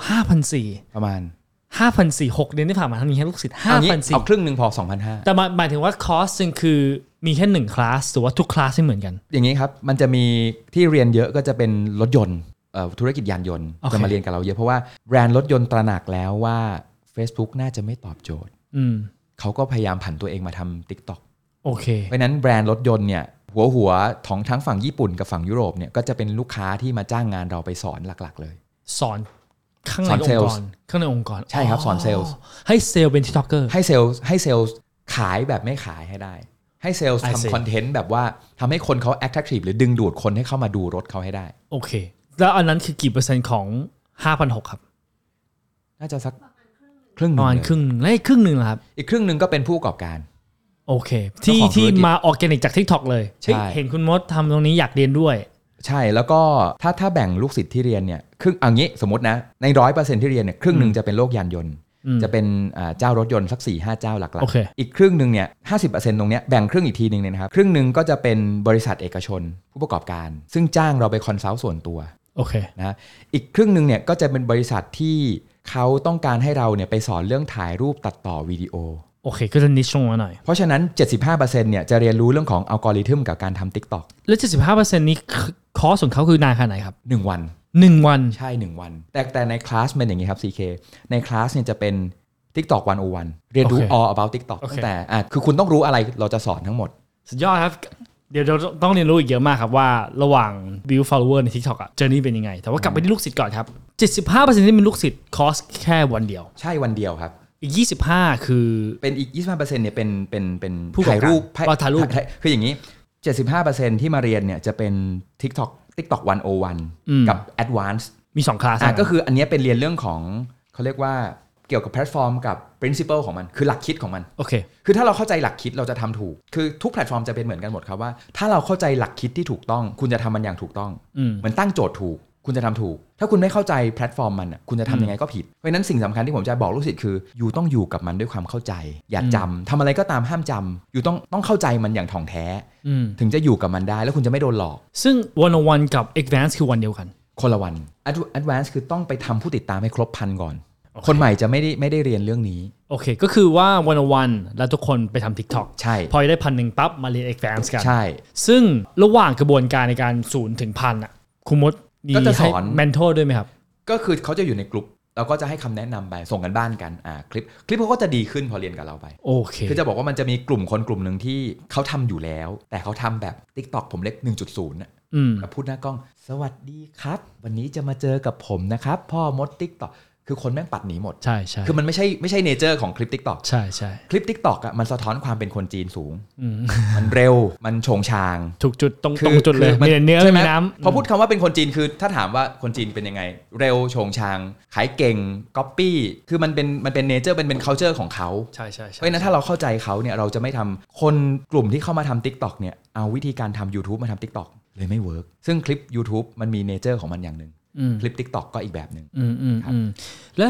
5,400 ประมาณ 5,400 6 เดือนที่ผ่านมาทั้งนี้แค่ลูกศิษย์ 5,400 เอาครึ่งนึงพอ 2,500 แต่หมายถึงว่าคอร์สนึงคือมีแค่1คลาสหรือว่าทุกคลาสไม่เหมือนกันอย่างนี้ครับมันจะมีที่เรียนเยอะก็จะเป็นรถยนต์ธุรกิจยานยนต์จะมาเรียนกับเราเยอะเพราะว่าแบรนด์รถยนต์ตระหนักแล้วว่า Facebook น่าจะไม่ตอบโจทย์เขาก็พยายามผันตัวเองมาทำ TikTok โอเคเพราะนั้นแบรนด์รถยนต์เนี่ยหัวของทั้งฝั่งญี่ปุ่นกับฝั่งยุโรปเนี่ยก็จะเป็นลูกค้าที่มาจ้างงานเราไปสอนหลักๆเลยสอนข้างในองค์กรใช่ครับสอนเซลล์ให้เซลล์เป็น TikToker ให้เซลล์ขายแบบไม่ขายให้ได้ให้เซลล์ทำคอนเทนต์แบบว่าทำให้คนเขา attractive หรือดึงดูดคนให้เข้ามาดูรถเขาให้ได้โอเคแล้วอันนั้นคือกี่เปอร์เซ็นต์ของ 5,600 ครับน่าจะสักครึ่งนึงประมาณครึ่งและอีกครึ่งนึงล่ะครับอีกครึ่งนึงก็เป็นผู้ประกอบการโอเคที่มาออร์แกนิกจาก TikTok เลยเห็นคุณมดทำตรงนี้อยากเรียนด้วยใช่แล้วก็ถ้าแบ่งลูกศิษย์ที่เรียนเนี่ยครึ่งอย่างนี้สมมตินะใน 100% ที่เรียนเนี่ยครึ่งนึงจะเป็นโลกยานยนต์จะเป็นเจ้ารถยนต์สัก 4-5 เจ้าหลักๆอีกครึ่งนึงเนี่ย 50% ตรงเนี้ยแบ่งครึ่งอีกทีนึงเนี่ยนะครับครึ่งนึงก็จะเป็นบริษัทเอกชนผู้ประกอบการซึ่งจ้างเราไปคอนซัลท์ส่วนตัวโอเคนะอีกครึ่งนึงเนี่ยก็จะเป็นบริษัทที่เขาต้องการให้เราเนี่ยไปสอนเรื่องถ่ายรูปตัดต่อวิดีโอโอเคก็จะนิชลงมาหน่อยเพราะฉะนั้น 75% เนี่ยจะเรียนรู้เรื่องของอัลกอริทึมกับการทำ TikTok แล้ว 75% นี้คอร์สของเขาคือนานขนาดไหนครับ 1 วันใช่1 วันแต่ในคลาสเป็นอย่างนี้ครับ CK ในคลาสเนี่ยจะเป็น TikTok 101เรียนรู้ all about TikTok ตั้งแต่คือคุณต้องรู้อะไรเราจะสอนทั้งหมดสุดยอดครับเดี๋ยวเราต้องเรียนรู้อีกเยอะมากครับว่าระหว่าง build follower ใน TikTok อ่ะ journey เป็นยังไงแต่ว่ากลับไปที่ลูกศิษย์ก่อนครับ 75% ที่เป็นลูกศิษย์คอร์สแค่วันเดียวใช่วันเดียวครับอีก25คือเป็นอีก 25% เนี่ยเป็นถ่ายรูปคืออย่างนี้ 75% ที่มาเรียนเนี่ยจะเป็น TikTok 101กับ Advanced มี2คลาสก็คืออันนี้เป็นเรียนเรื่องของเขาเรียกว่าเกี่ยวกับแพลตฟอร์มกับ principle ของมันคือหลักคิดของมันโอเคคือถ้าเราเข้าใจหลักคิดเราจะทำถูกคือทุกแพลตฟอร์มจะเป็นเหมือนกันหมดครับว่าถ้าเราเข้าใจหลักคิดที่ถูกต้องคุณจะทำมันอย่างถูกต้องเหมือนตั้งโจทย์ถูกคุณจะทำถูกถ้าคุณไม่เข้าใจแพลตฟอร์มมันคุณจะทำยังไงก็ผิดเพราะฉะนั้นสิ่งสำคัญที่ผมจะบอกลูกศิษย์คืออยู่ต้องอยู่กับมันด้วยความเข้าใจอย่าจำทำอะไรก็ตามห้ามจำอยู่ต้องเข้าใจมันอย่างถ่องแท้ถึงจะอยู่กับมันได้แล้วคุณจะไม่โดนหลอกซึ่ง101กับ Advanced คือวันเดียวกันคนละวัน Advanced คือต้องไปทำผู้ติดตามให้ครบ 1,000 ก่อนคนใหม่จะไม่ได้เรียนเรื่องนี้โอเคก็คือว่า101แล้วทุกคนไปทำ TikTok ใช่พอได้ 1,000 ปั๊บมาเรียน Advanced กันใช่ซึ่งระหว่างกระบวนการในการ0 ถึง 1,000 อ่ะคุณมดก็จะสอนเมนทอร์ด้วยไหมครับก็คือเขาจะอยู่ในกลุ่มเราก็จะให้คำแนะนำไปส่งกันบ้านกันคลิปเขาก็จะดีขึ้นพอเรียนกับเราไปโอเคคือจะบอกว่ามันจะมีกลุ่มคนกลุ่มหนึ่งที่เขาทำอยู่แล้วแต่เขาทำแบบ TikTok ผมเล็ก 1.0 น่ะแบบพูดหน้ากล้องสวัสดีครับวันนี้จะมาเจอกับผมนะครับพ่อมด TikTok คือคนแม่งปัดหนีหมดใช่ใช่คือมันไม่ใช่เนเจอร์ของคลิป TikTok ใช่ใช่คลิป TikTok อ่ะมันสะท้อนความเป็นคนจีนสูงมันเร็วมันโฉงฉางถูกจุดตรงจุดเลยมีเนื้อมีน้ำพอพูดคำว่าเป็นคนจีนคือถ้าถามว่าคนจีนเป็นยังไงเร็วโฉงฉางขายเก่งก๊อปปี้คือมันเป็นเนเจอร์เป็น culture ของเขาใช่ใช่เพราะฉะนั้นถ้าเราเข้าใจเขาเนี่ยเราจะไม่ทำคนกลุ่มที่เข้ามาทำ TikTok เนี่ยเอาวิธีการทำ YouTube มาทำ TikTok เลยไม่เวิร์กซึ่งคลิป YouTube มันมีเนเจอร์ของมันอย่างนึงคลิป TikTok ก็อีกแบบนึงและ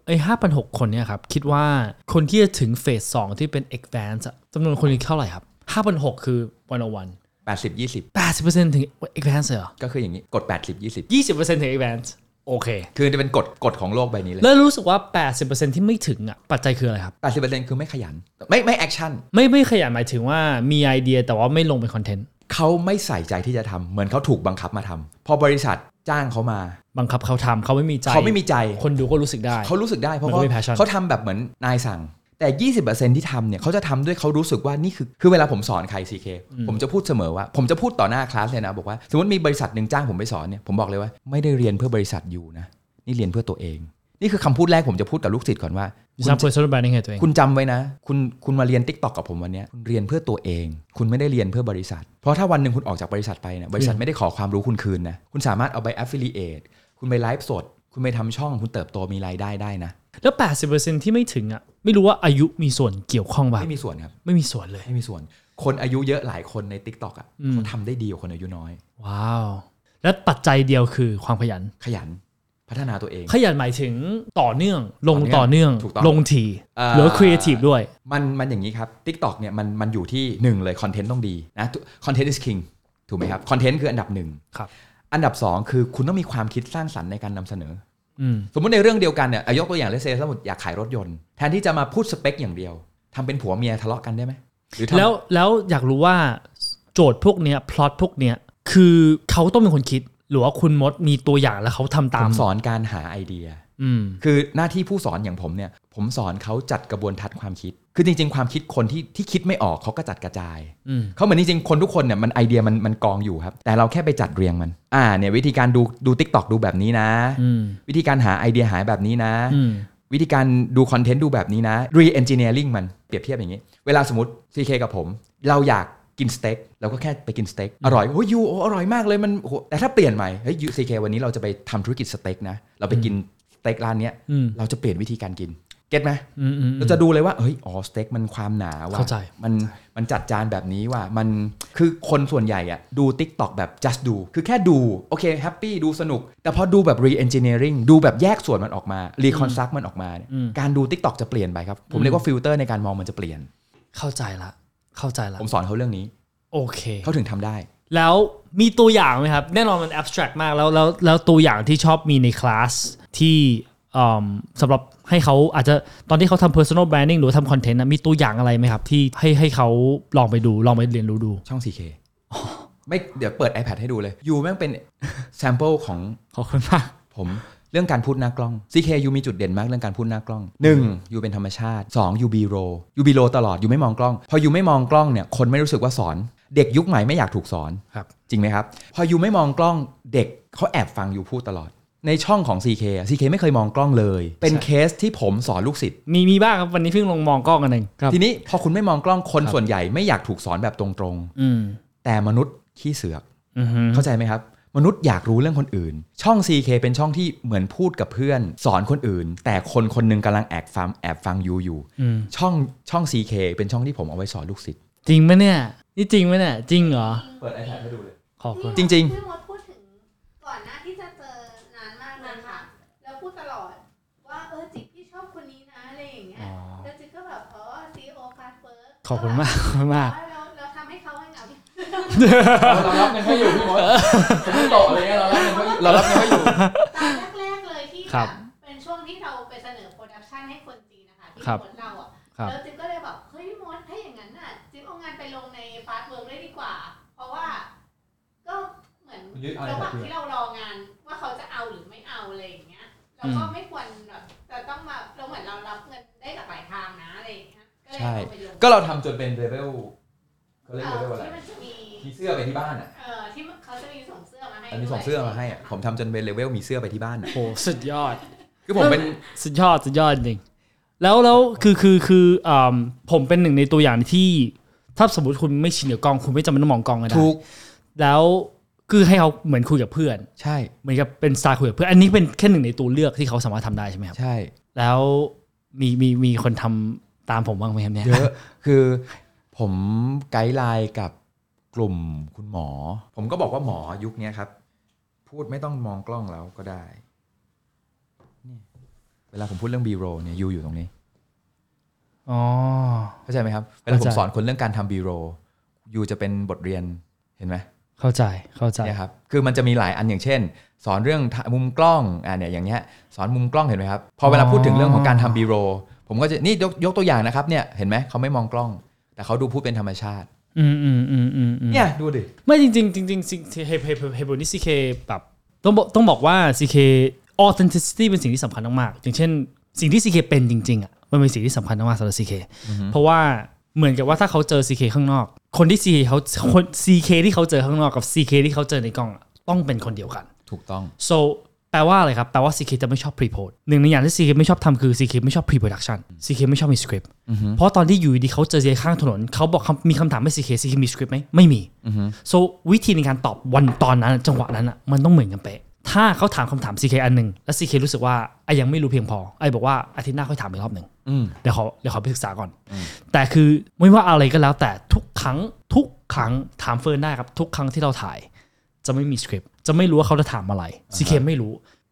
5,600 คนเนี่ยครับคิดว่าคนที่จะถึงเฟส2ที่เป็น Advanced จำนวนคนนี้เท่าไหร่ครับ 5,600 คือ101 80% ถึง Advanced เหรอก็คืออย่างนี้กด 20% ถึง Advanced โอเคคือจะเป็นกฎของโลกใบนี้เลยแล้วรู้สึกว่า 80% ที่ไม่ถึงอ่ะปัจจัยคืออะไรครับ 80% คือไม่ขยันไม่แอคชั่นไม่ขยันหมายถึงว่ามีไอเดียแต่ว่าไม่ลงเป็นคอนเทนต์เขาไม่ใส่ใจที่จะทำเหมือนเขาถูกบังคับมาทำพอบริษัทจ้างเขามาบังคับเขาทำเขาไม่มีใจคนดูก็รู้สึกได้เขารู้สึกได้เพราะเขาทำแบบเหมือนนายสั่งแต่ 20% ที่ทำเนี่ยเขาจะทำด้วยเขารู้สึกว่านี่คือเวลาผมสอนใคร CK ผมจะพูดเสมอว่าผมจะพูดต่อหน้าคลาสเลยนะบอกว่าสมมติมีบริษัทหนึ่งจ้างผมไปสอนเนี่ยผมบอกเลยว่าไม่ได้เรียนเพื่อบริษัทอยู่นะนี่เรียนเพื่อตัวเองนี่คือคำพูดแรกผมจะพูดกับลูกศิษย์ก่อนว่าคุณจำไว้นะคุณมาเรียน TikTok กับผมวันนี้คุณเรียนเพื่อตัวเองคุณไม่ได้เรียนเพื่อบริษัทเพราะถ้าวันนึงคุณออกจากบริษัทไปเนี่ยบริษัทไม่ได้ขอความรู้คุณคืนนะคุณสามารถเอาไป affiliate คุณไปไลฟ์สดคุณไปทำช่องคุณเติบโตมีรายได้ได้นะแล้ว 80% ที่ไม่ถึงอ่ะไม่รู้ว่าอายุมีส่วนเกี่ยวข้องป่ะไม่มีส่วนครับไม่มีส่วนเลยไม่มีส่วนคนอายุเยอะหลายคนใน TikTok อ่ะเขาทำได้ดีกว่าคนอายุน้อยว้าวและปัจจัยเดียวคือความขยันพพัฒนาตัวเองขยันหมายถึงต่อเนื่องลงต่อเนื่องลงทีหรือครีเอทีฟด้วยมันอย่างนี้ครับ TikTok เนี่ยมันอยู่ที่1เลยคอนเทนต์ต้องดีนะคอนเทนต์ is king ถูกไหมครับคอนเทนต์คืออันดับ1 ครับอันดับ2คือคุณต้องมีความคิดสร้างสรรค์ในการนำเสนอสมมติในเรื่องเดียวกันเนี่ยยกตัวอย่างเลเซสมมติอยากขายรถยนต์แทนที่จะมาพูดสเปคอย่างเดียวทำเป็นผัวเมียทะเลาะกันได้ไหมแล้วอยากรู้ว่าโจทย์พวกเนี้ยพล็อตพวกเนี้ยคือเขาต้องเป็นคนคิดหรือว่าคุณมดมีตัวอย่างแล้วเขาทำตามผมสอนการหาไอเดียคือหน้าที่ผู้สอนอย่างผมเนี่ยผมสอนเขาจัดกระบวนทัศน์ความคิดคือจริงๆความคิดคนที่คิดไม่ออกเขาก็จัดกระจายเขาเหมือนจริงๆคนทุกคนเนี่ยมันไอเดียมันกองอยู่ครับแต่เราแค่ไปจัดเรียงมันเนี่ยวิธีการดู TikTok ดูแบบนี้นะวิธีการหาไอเดียหาแบบนี้นะวิธีการดูคอนเทนต์ดูแบบนี้นะ re-engineering มันเปรียบเทียบอย่างนี้เวลาสมมติ CK กับผมเราอยากกินสเต็กเราก็แค่ไปกินสเต็กอร่อยโอ้ยยูอร่อยมากเลยมันแต่ถ้าเปลี่ยนใหม่เฮ้ยยู CK วันนี้เราจะไปทำธุรกิจสเต็กนะเราไปกินสเต็กร้านนี้เราจะเปลี่ยนวิธีการกินเก็ตไหมเราจะดูเลยว่าเฮ้ยสเต็กมันความหนาว่ะมันจัดจานแบบนี้ว่ะมันคือคนส่วนใหญ่อะดู TikTok แบบ just ดูคือแค่ดูโอเคแฮปปี้ดูสนุกแต่พอดูแบบ re-engineering ดูแบบแยกส่วนมันออกมา reconstruct มันออกมาการดู TikTok จะเปลี่ยนไปครับผมเรียกว่าฟิลเตอร์ในการมองมันจะเปลี่ยนเข้าใจละผมสอนเขาเรื่องนี้โอเคเขาถึงทำได้แล้วมีตัวอย่างไหมครับแน่นอนมัน abstract มากแล้วตัวอย่างที่ชอบมีในคลาสที่สำหรับให้เขาอาจจะตอนที่เขาทำ personal branding หรือทำคอนเทนต์มีตัวอย่างอะไรไหมครับที่ให้เขาลองไปเรียนรู้ดูช่อง CK ไม่เดี๋ยวเปิด iPad ให้ดูเลยยูแม่งเป็น sample ของขอบคุณมากผมเรื่องการพูดหน้ากล้อง CK ยูมีจุดเด่นมากเรื่องการพูดหน้ากล้อง1ยูเป็นธรรมชาติ2ยูบีโรตลอดยูไม่มองกล้องพอยูไม่มองกล้องเนี่ยคนไม่รู้สึกว่าสอนเด็กยุคใหม่ไม่อยากถูกสอนจริงไหมครับพอยูไม่มองกล้องเด็กเขาแอบฟังยูพูดตลอดในช่องของ CK ไม่เคยมองกล้องเลยเป็นเคสที่ผมสอนลูกศิษย์มีบ้างครับวันนี้เพิ่งลงมองกล้องกันเองทีนี้พอคุณไม่มองกล้องคนส่วนใหญ่ไม่อยากถูกสอนแบบตรงๆแต่มนุษย์ขี้เสือกเข้าใจไหมครับมนุษย์อยากรู้เรื่องคนอื่นช่อง CK เป็นช่องที่เหมือนพูดกับเพื่อนสอนคนอื่นแต่คนนึงกำลังแอบฟังอยู่ช่อง CK เป็นช่องที่ผมเอาไว้สอนลูกศิษย์จริงไหมเนี่ยนี่จริงไหมเนี่ยจริงเหรอเปิด iPad ให้ดูเลยขอบคุณจริงๆพูดถึงก่อนหน้าที่จะเจอนานมากเลยค่ะแล้วพูดตลอดว่าจิ๊บพี่ชอบคนนี้นะอะไรอย่างเงี้ยแล้วจิ๊บก็แบบCEO Fast First ขอบคุณมากเราทำให้เขาให้เหงาเรารับเงินเขาอยู่พี่มดผมไม่โตอะไรเงี้ยเรารับเงินเขาอยู่ตอนแรกๆเลยที่เป็นช่วงที่เราไปเสนอโปรดักชันให้คนจีนนะคะที่คนเราอ่ะแล้วจิ๊บก็เลยแบบเฮ้ยพี่มดถ้าอย่างนั้นน่ะจิ๊บเอางานไปลงใน Fast Work ได้ดีกว่าเพราะว่าก็เหมือนระหว่างที่เรารองานว่าเขาจะเอาหรือไม่เอาอะไรอย่างเงี้ยเราก็ไม่ควรแบบจะต้องมาเราเหมือนเรารับเงินได้จากหลายทางนะอะไรอย่างเงี้ยใช่ก็เราทำจนเป็นเลเวลเขาเรียกเลเวลอะไรมีเสื้อไปที่บ้านอ่ะที่เขาจะมีส่งเสื้อมาให้มีส่งเสื้อมาให้อ่ะผมทำจนเป็นเลเวลมีเสื้อไปที่บ้านอ่ะโอ้สุดยอดคือผมเป็นสุดยอดจริงแล้วคือผมเป็นหนึ่งในตัวอย่างที่ถ้าสมมติคุณไม่ชินกับกล้องคุณไม่จำเป็นต้องมองกล้องก็ได้ถูกแล้วคือให้เขาเหมือนคุยกับเพื่อนใช่เหมือนกับเป็นสไตล์คุยกับเพื่อนอันนี้เป็นแค่หนึ่งในตัวเลือกที่เขาสามารถทำได้ใช่ไหมครับใช่แล้วมีคนทำตามผมบ้างไหมครับเนี่ยเยอะคือผมไกด์ไลน์กับกลุ่มคุณหมอผมก็บอกว่าหมอยุคนี้ครับพูดไม่ต้องมองกล้องแล้วก็ได้นี่เวลาผมพูดเรื่อง B-roll เนี่ยอยู่ตรงนี้เข้าใจไหมครับเวลาผมสอนคนเรื่องการทำ B-roll จะเป็นบทเรียนเห็นไหมเข้าใจเนี่ยครับคือมันจะมีหลายอันอย่างเช่นสอนเรื่องมุมกล้องเนี่ยอย่างเงี้ยสอนมุมกล้องเห็นไหมครับพอเวลาพูดถึงเรื่องของการทำ B-roll ผมก็จะนี่ยกตัวอย่างนะครับเนี่ยเห็นไหมเขาไม่มองกล้องแต่เขาดูพูดเป็นธรรมชาติเนี่ยดูดิไม่จริงเฮโบนิซีเคแบบต้องบอกว่า CK authenticity เป็นสิ่งที่สำคัญมากๆอย่างเช่นสิ่งที่ CK เป็นจริงๆอ่ะมันเป็นสิ่งที่สำคัญมากๆสำหรับ CK เพราะว่าเหมือนกับว่าถ้าเขาเจอ CK ข้างนอกคนที่ CK ที่เขาเจอข้างนอกกับ CK ที่เขาเจอในกล้องต้องเป็นคนเดียวกันถูกต้อง so แปลว่าอะไรครับแปลว่า CK จะไม่ชอบ pre-post หนึ่งในอย่างที่ CK ไม่ชอบทำคือ CK ไม่ชอบ pre-production CK ไม่ชอบมี script เพราะตอนที่อยู่ดีเขาเจอข้างถนนเขาบอกมีคำถามให้ CK มี script ไหมไม่มี so วิธีในการตอบวันตอนนั้นจังหวะนั้นอ่ะมันต้องเหมือนกันเป๊ะถ้าเขาถามคำถาม CK อันหนึ่งแล้ว CK รู้สึกว่ายังไม่รู้เพียงพอบอกว่าอาทิตย์หน้าค่อยถามอีกรอบหนึ่งเดี๋ยวขอไปศึกษาก่อนแต่คือไม่ว่าอะไรก็แล้วแต่ทุกครั้งถามเฟิร์นได้ครับทุกครั้งที่เราถ่ายจะไม่มีสคริปต์จะไม่รู้ว่าเขาจะถามอะไร CK ไม่รู้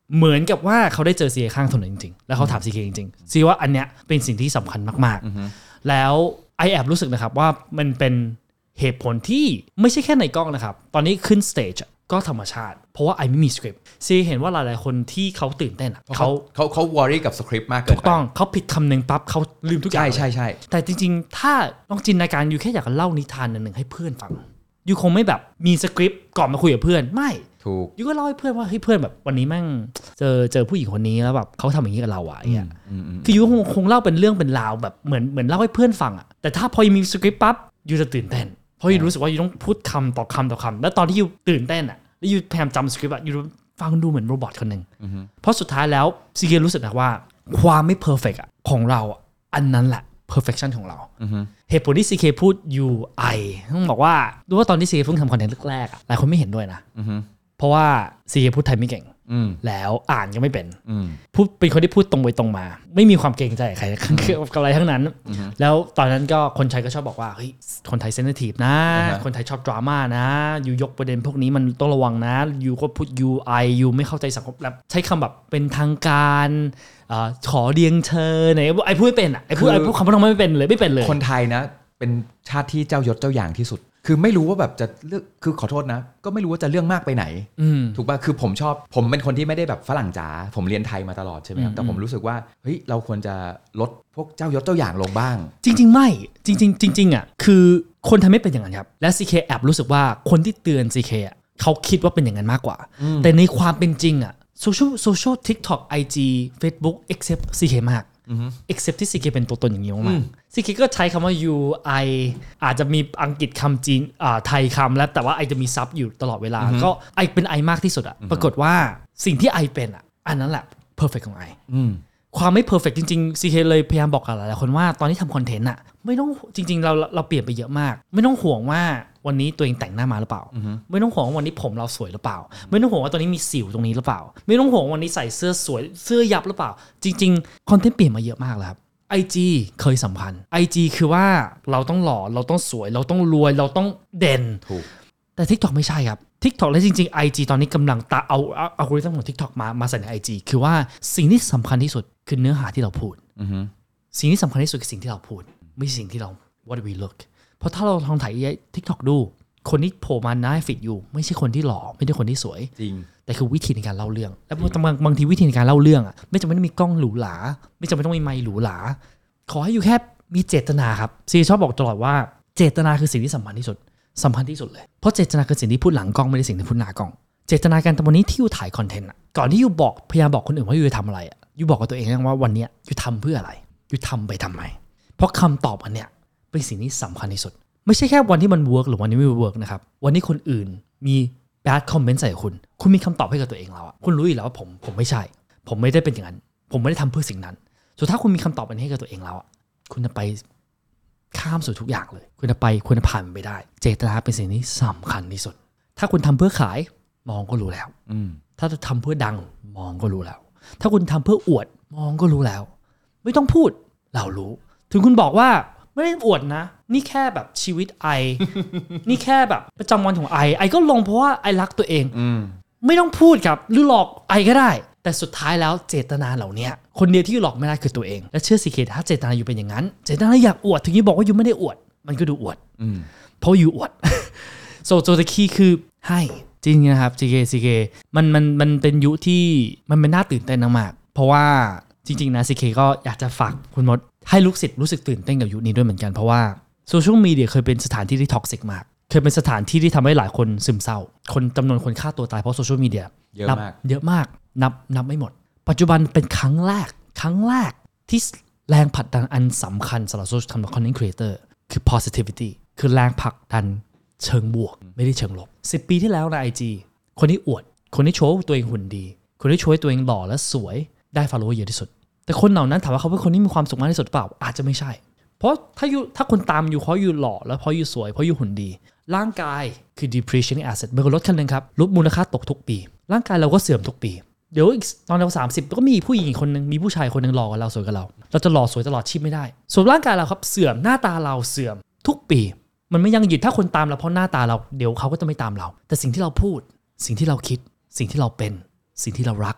เหมือนกับว่าเขาได้เจอ CK ข้างถนนจริงๆแล้วเขาถาม CK จริงๆซีว่าอันเนี้ยเป็นสิ่งที่สำคัญมากๆแล้วไอแอบรู้สึกนะครับว่ามันเป็นเหตุผลที่ไม่ใช่แค่ในกล้องนะครับตอนนี้ขึ้นสเตจก็ธรรมชาติเพราะว่าไอไม่มีสคริปต์ซีเห็นว่าหลายๆคนที่เขาตื่นเต้นเขาวอรี่กับสคริปต์มากเกินไปถูกต้องเขาผิดคำหนึ่งปั๊บเขาลืมทุกอย่างใช่แต่จริงๆถ้าลองจินตนาการอยู่แค่อยากเล่านิทานหนึ่งให้เพื่อนฟังยูคงไม่แบบมีสคริปต์ก่อนมาคุยกับเพื่อนไม่ถูกยูก็เล่าให้เพื่อนว่าเฮ้ยเพื่อนแบบวันนี้แม่งเจอผู้หญิงคนนี้แล้วแบบเขาทำอย่างนี้กับเราอ่ะเนี่ยคือยูคงเล่าเป็นเรื่องเป็นราวแบบเหมือนเล่าให้เพื่อนฟังอ่ะแต่ถ้าพอมีสคริปต์ปั๊บยูจะตื่นเต้นเพราะยูรู้สึกว่ายูต้องพูดคำต่อคำต่อคำแล้วตอนที่ยูตื่นเต้นอ่ะแล้วยูพยายามจำสคริปต์อ่ะยูฟังดูเหมือนโรบอทคนหนึ่งเพราะสุดท้ายแล้วซีเกรู้สึกนะว่าความไม่เพอร์เฟกต์ของเราอันนั้นแหละperfection ของเราเหตุผลที่ CK พูด UI ต้องบอกว่าดูว่าตอนที่ CK เพิ่งทำคอนเทนต์แรกๆหลายคนไม่เห็นด้วยนะเพราะว่า CK พูดไทยไม่เก่งแล้วอ่านก็ไม่เป็นพูดเป็นคนที่พูดตรงไปตรงมาไม่มีความเกรงใจใครกับอะไรทั้งนั้นแล้วตอนนั้นก็คนไทยก็ชอบบอกว่าเฮ้ยคนไทยเซนซิทีฟนะคนไทยชอบดราม่านะยูยกประเด็นพวกนี้มันต้องระวังนะยูก็พูด UI ยูไม่เข้าใจสังคมแล้วใช้คำแบบเป็นทางการขอเรียงเชิญไอ้พูดไม่เป็นไอ้พูดคำพูดไม่เป็นเลยคนไทยนะเป็นชาติที่เจ้ายศเจ้าอย่างที่สุดคือไม่รู้ว่าแบบจะเลือกคือขอโทษนะก็ไม่รู้ว่าจะเรื่องมากไปไหนถูกป่ะคือผมเป็นคนที่ไม่ได้แบบฝรั่งจ๋าผมเรียนไทยมาตลอดใช่ไหมครับแต่ผมรู้สึกว่าเฮ้ยเราควรจะลดพวกเจ้ายศเจ้าอย่างลงบ้างจริงๆไม่จริงอ่ะคือคนไทยไม่เป็นอย่างนั้นครับและ CK แอบรู้สึกว่าคนที่เตือน CK อ่ะเขาคิดว่าเป็นอย่างนั้นมากกว่าแต่ในความเป็นจริงอ่ะโซเชียล TikTok IG Facebook except CK มากexcept ที่ CK เป็นตัวตนอย่างนี้มาก CK ก็ใช้คำว่า UI อาจจะมีอังกฤษคำจีนไทยคำแล้วแต่ว่าไอจะมีซับอยู่ตลอดเวลาก็ไอเป็นไอมากที่สุดอะปรากฏว่าสิ่งที่ไอเป็นอะอันนั้นแหละ perfect ของไอความไม่ perfect จริงๆ CK เลยพยายามบอกกับหลายๆคนว่าตอนที่ทำคอนเทนต์อะไม่ต้องจริงๆเราเปลี่ยนไปเยอะมากไม่ต้องห่วงว่าวันนี้ตัวเองแต่งหน้ามาหรือเปล่าไม่ต้องห่วงว่าวันนี้ผมเราสวยหรือเปล่าไม่ต้องห่วงว่าตอนนี้มีสิวตรงนี้หรือเปล่าไม่ต้องห่วงวันนี้ใส่เสื้อสวยเสื้อยับหรือเปล่าจริงๆคอนเทนต์เปลี่ยนมาเยอะมากแล้วครับ IG เคยสำคัญ IG คือว่าเราต้องหล่อเราต้องสวยเราต้องรวยเราต้องเด่นแต่ TikTok ไม่ใช่ครับ TikTok และจริงๆ IG ตอนนี้กำลังเอาอัลกอริทึมของ TikTok มาใส่ใน IG คือว่าสิ่งที่สำคัญที่สุดคือเนื้อหาที่เราพูดสิ่งที่สำคัญที่สุดคือสิ่งที่เราพูดไม่ใช่สิ่งที่เรา what we look เพราะถ้าเราลองถ่าย TikTok ดูคนที่โผล่มาหน้าฟิตอยู่ไม่ใช่คนที่หล่อไม่ใช่คนที่สวยจริงแต่คือวิธีในการเล่าเรื่องและบางทีวิธีในการเล่าเรื่องอ่ะไม่จำเป็นต้องมีกล้องหรูหราไม่จำเป็นต้องมีไมค์หรูหราขอให้อยู่แค่มีเจตนาครับซีชอบบอกตลอดว่าเจตนาคือสิ่งที่สำคัญที่สุดเลยเพราะเจตนาคือสิ่งที่พูดหลังกล้องไม่ได้สิ่งที่พูดหน้ากล้องเจตนาการตอนนี้ที่อยู่ถ่ายคอนเทนต์อ่ะก่อนที่อยู่บอกพยายามบอกคนอื่นว่าอยู่จะทำอะไรอ่ะอยู่บอกกับตัวเองว่าวันนี้อยู่ทำเพื่ออะไรอยู่ทำไปทำไมเพราะคำตอบอันเนี้ยเป็นสิ่งที่สำคัญที่สุดไม่ใช่แค่วันที่มันเวิร์กหรือวันนี้ไม่เวิร์กนะครับวันนี้คนอื่นมี bad comment ใส่คุณมีคำตอบให้กับตัวเองแล้วคุณรู้อยู่แล้วว่าผมไม่ใช่ผมไม่ได้เป็นอย่างนั้นผมไม่ได้ทำเพื่อสิ่งนั้นสุดท้ายคุณมีคำตอบอันนี้ให้กับตัวเองแล้วคุณจะไปข้ามสู่ทุกอย่างเลยคุณจะผ่านไปได้เจตนาเป็นสิ่งที่สำคัญที่สุดถ้าคุณทำเพื่อขายมองก็รู้แล้วถ้าจะทำเพื่อดังมองก็รู้แล้วถ้าคุณทำเพื่ออวดมองก็รู้แล้วไม่ต้องพูดเรารู้ถึงคุณบอกว่าไม่ได้อวดนะนี่แค่แบบชีวิตไอ นี่แค่แบบประจำวันของไอก็ลงเพราะว่าไอรักตัวเองไม่ต้องพูดครับหรือหลอกไอก็ได้แต่สุดท้ายแล้วเจตนาเหล่านี้คนเดียวที่หลอกไม่ได้คือตัวเองและเชื่อสิเคถ้าเจตนาอยู่เป็นอย่างนั้นเจตนาอยากอวดถึงยี่บอกว่าอยู่ไม่ได้อวดมันก็ดูอวดเพราะอยู่อวด so the key คือให้จริงนะครับ CK มันเป็นยุคที่มันเป็นน่าตื่นเต้นมากเพราะว่าจริงๆนะ CK ก็อยากจะฝากคุณมดให้ลูกศิษย์รู้สึกตื่นเต้นกับยุคนี้ด้วยเหมือนกันเพราะว่าโซเชียลมีเดียเคยเป็นสถานที่ที่ท็อกซิกมากเคยเป็นสถานที่ที่ทำให้หลายคนซึมเศร้าจำนวนคนฆ่าตัวตายเพราะโซเชียลมีเดียเยอะมากนับไม่หมดปัจจุบันเป็นครั้งแรกที่แรงผลักดันอันสำคัญสำหรับคำว่า content creator คือ positivity คือแรงผลักดันเชิงบวกไม่ได้เชิงลบ10 ปีที่แล้วใน IG คนที่อวดคนที่โชว์ตัวเองหุ่นดีคนที่โชว์ตัวเองหล่อและสวยได้ follower เยอะที่สุดแต่คนเหล่านั้นถามว่าเขาเป็นคนที่มีความสุขมากที่สุดหรือเปล่าอาจจะไม่ใช่เพราะถ้าคุณตามอยู่เพราะอยู่หล่อแล้วเพราะอยู่สวยเพราะอยู่หุ่นดีร่างกายคือ depreciating asset เหมือนกับรถคันนึงครับลดมูลค่าตกทุกปีร่างกายเราก็เสื่อมทุกปีเดี๋ยวตอนเรา30ก็มีผู้หญิงคนนึงมีผู้ชายคนนึงหล่อกว่าเราสวยกว่าเราจะหล่อสวยตลอดชีพไม่ได้ส่วนร่างกายเราครับเสื่อมหน้าตาเราเสื่อมทุกปีมันไม่ยั่งยืนถ้าคนตามเราเพราะหน้าตาเราเดี๋ยวเขาก็จะไม่ตามเราแต่สิ่งที่เราพูดสิ่งที่เราคิดสิ่งที่เราเป็นสิ่งที่เรารัก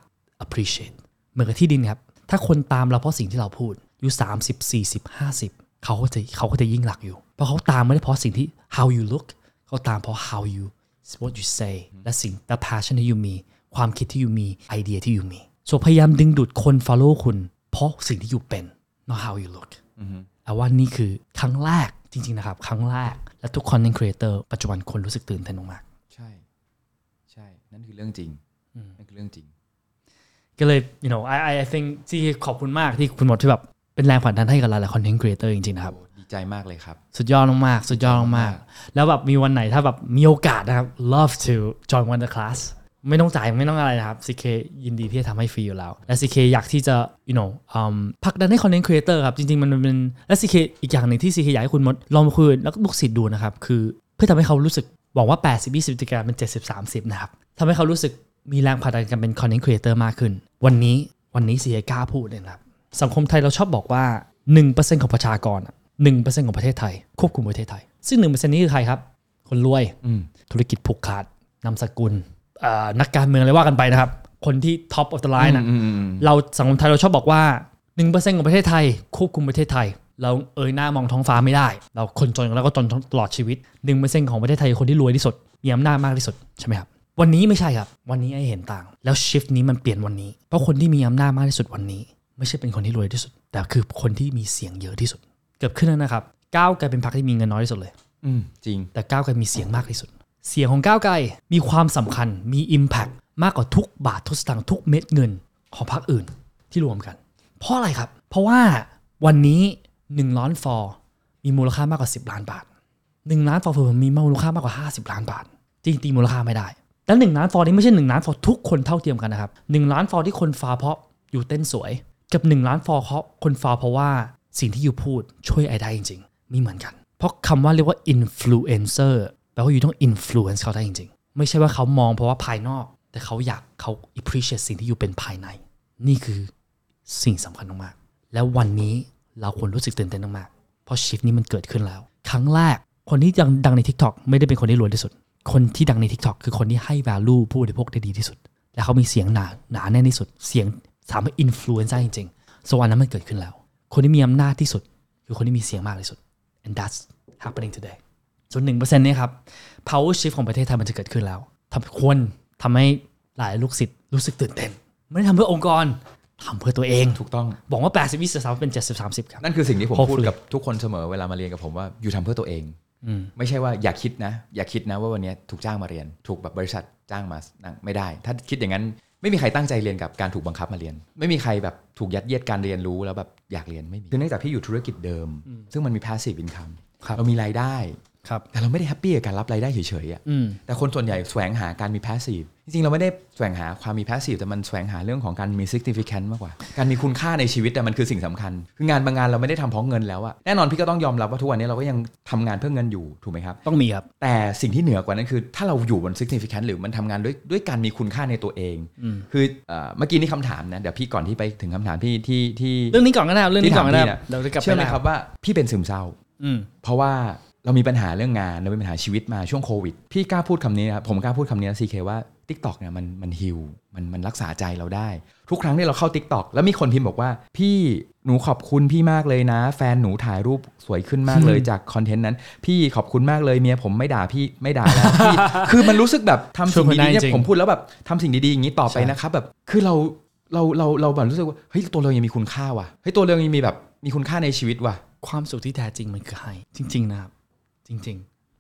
appreciate เหมือนกับที่ดินครับถ้าคนตามเราเพราะสิ่งที่เราพูดอยู่30 40 50เขาก็จะยิ่งรักอยู่เพราะเขาตามไม่ได้เพราะสิ่งที่ how you look เขาตามเพราะ how you what you say และสิ่ง the passion ที่ you มีความคิดที่ you มีไอเดียที่ you มีพยายามดึงดูดคน follow คุณเพราะสิ่งที่ you เป็น not how you look แต่ว่านี่คือครั้งแรกจริงๆนะครับครั้งแรกและทุก content creator ปัจจุบันคนรู้สึกตื่นเต้นมากใช่นั่นคือเรื่องจริงนั่นคือเรื่องจริงก็เลย you know I think ที่ขอบคุณมากที่คุณหมดที่แบบเป็นแรงผลักดันให้กับหลายๆ content creator จริงๆนะครับดีใจมากเลยครับสุดยอดมากแล้วแบบมีวันไหนถ้าแบบมีโอกาสนะครับ love to join one of the class ไม่ต้องจ่ายไม่ต้องอะไรนะครับ CK ยินดีที่จะทำให้ฟรีอยู่แล้วและ CK อยากที่จะ you know ผลักดันให้ content creator ครับจริงๆมันเป็นและ CK อีกอย่างหนึ่งที่ CK อยากให้คุณมดลองมาคุยแล้วลูกศิษย์ดูนะครับคือเพื่อทำให้เขารู้สึกบอกว่า80-20จะกลายเป็น70-30นะครับทำให้เขารู้สึกมีแรงผลักดันกันเป็น content creator มากขึ้นวันนี้ CK กล้าพูดเลยนะครับสังคมไทยเราชอบบอกว่า 1% ของประชากร 1% ของประเทศไทยควบคุมประเทศไทยซึ่ง 1% นี้คือใครครับคนรวยธุรกิจผูกขาดนามสกุลนักการเมืองอะไรว่ากันไปนะครับคนที่ top of the line นะเราสังคมไทยเราชอบบอกว่า 1% ของประเทศไทยควบคุมประเทศไทยเราหน้ามองท้องฟ้าไม่ได้เราคนจนแล้วก็จนตลอดชีวิต 1% ของประเทศไทยคนที่รวยที่สุดมีอำนาจมากที่สุดใช่ไหมครับวันนี้ไม่ใช่ครับวันนี้ไอ้เห็นต่างแล้ว shift นี้มันเปลี่ยนวันนี้เพราะคนที่มีอำนาจมากที่สุดวันนี้ไม่ใช่เป็นคนที่รวยที่สุดแต่คือคนที่มีเสียงเยอะที่สุดเกิดขึ้นแล้วนะครับก้าวไกลเป็นพรรคที่มีเงินน้อยที่สุดเลยจริงแต่ก้าวไกลมีเสียงมากที่สุดเสียงของก้าวไกลมีความสำคัญมี impact มากกว่าทุกบาททุกสตางค์ทุกเม็ดเงินของพรรคอื่นที่รวมกันเพราะอะไรครับเพราะว่าวันนี้1ล้านฟอร์มีมูลค่ามากกว่า10ล้านบาท1ล้านฟอร์มีมูลค่ามากกว่า50ล้านบาทจริงตีมูลค่าไม่ได้และ1ล้านฟอร์นี้ไม่ใช่1ล้านฟอร์ทุกคนเท่าเทียมกันนะครับ1ล้านฟอร์ที่คนฟาเพราะอยู่เต้นสวยกับ1ล้านฟอลเขาคนฟอลเพราะว่าสิ่งที่อยู่พูดช่วยไอ้ได้จริงๆมีเหมือนกันเพราะคำว่าเรียกว่า influencer แปลว่าอยู่ต้อง influence เขาได้จริงๆไม่ใช่ว่าเขามองเพราะว่าภายนอกแต่เขาอยากเขา appreciate สิ่งที่อยู่เป็นภายในนี่คือสิ่งสำคัญมากๆแล้ววันนี้เราควรรู้สึกตื่นเต้นมากๆเพราะ shift นี้มันเกิดขึ้นแล้วครั้งแรกคนที่ดังใน TikTok ไม่ได้เป็นคนที่รวยที่สุดคนที่ดังใน TikTok คือคนที่ให้ value ผู้บริโภคได้ดีที่สุดและเขามีเสียงหนาแน่นที่สุดเสียงสามารถ influence ได้จริงๆส่วนอันนั้นมันเกิดขึ้นแล้วคนที่มีอำนาจที่สุดคือคนที่มีเสียงมากที่สุด and that's happening today ส่วน 1% นี้ครับ power shift ของประเทศไทยมันจะเกิดขึ้นแล้วทำให้หลายลูกศิษย์รู้สึกตื่นเต้นไม่ได้ทำเพื่อองค์กรทำเพื่อตัวเองถูกต้องบอกว่า80-20เป็น70-30ครับนั่นคือสิ่งที่ผมพูดกับทุกคนเสมอเวลามาเรียนกับผมว่าอยู่ทำเพื่อตัวเองไม่ใช่ว่าอย่าคิดนะว่าวันนี้ถูกจ้างมาเรียนถูกแบบบริษัทจ้างมาไม่ได้ถ้าคิดอย่างนั้นไม่มีใครตั้งใจเรียนกับการถูกบังคับมาเรียนไม่มีใครแบบถูกยัดเยียดการเรียนรู้แล้วแบบอยากเรียนไม่มีคือเนื่องจากพี่อยู่ธุรกิจเดิมซึ่งมันมี passive income เรามีรายได้แต่เราไม่ได้แฮปปี้กับการรับรายได้เฉยๆอ่ะแต่คนส่วนใหญ่แสวงหาการมี passive จริงๆเราไม่ได้แสวงหาความมี passive แต่มันแสวงหาเรื่องของการมี significant มากกว่าการมีคุณค่าในชีวิตแต่มันคือสิ่งสำคัญคืองานบางงานเราไม่ได้ทำเพราะเงินแล้วอะแน่นอนพี่ก็ต้องยอมรับว่าทุกวันนี้เราก็ยังทำงานเพื่อเงินอยู่ถูกไหมครับต้องมีครับแต่สิ่งที่เหนือกว่านั้นคือถ้าเราอยู่บน significant หรือมันทำงานด้วยการมีคุณค่าในตัวเองคือเมื่อกี้นี่คำถามนะเดี๋ยวพี่ก่อนที่ไปถึงคำถามที่เรื่องนี้ก่อนก็ได้เรื่องนี้ก่อนก็ได้เราจะกลับไปเชื่อไหมครับว่าพี่เป็นซึมเศร้าเพราะว่าเรามีปัญหาเรื่องงานเรามีปัญหาชีวิตมาช่วงโควิดพี่กล้าพูดคำนี้นะครับผมกล้าพูดคำนี้นะ CK ว่า TikTok เนี่ยมันฮีลมันรักษาใจเราได้ทุกครั้งที่เราเข้า TikTok แล้วมีคนพิมพ์บอกว่าพี่หนูขอบคุณพี่มากเลยนะแฟนหนูถ่ายรูปสวยขึ้นมากเลยจากคอนเทนต์นั้นพี่ขอบคุณมากเลยเมียผมไม่ด่าพี่ไม่ด่าแล้วพี่ คือมันรู้สึกแบบทำสิ่งดีๆเนี่ยผมพูดแล้วแบบทำสิ่งดีๆอย่างนี้ต่อไปนะครับแบบคือเราแบบรู้สึกว่าเฮ้ยตัวเรายังมีคุณค่าว่ะเฮ้ยตัวเรายังมีแบบมีคุณค่าในชีวิตว่ะความสุขที่แท้จริงมันคือให้จริงๆนะครับจริง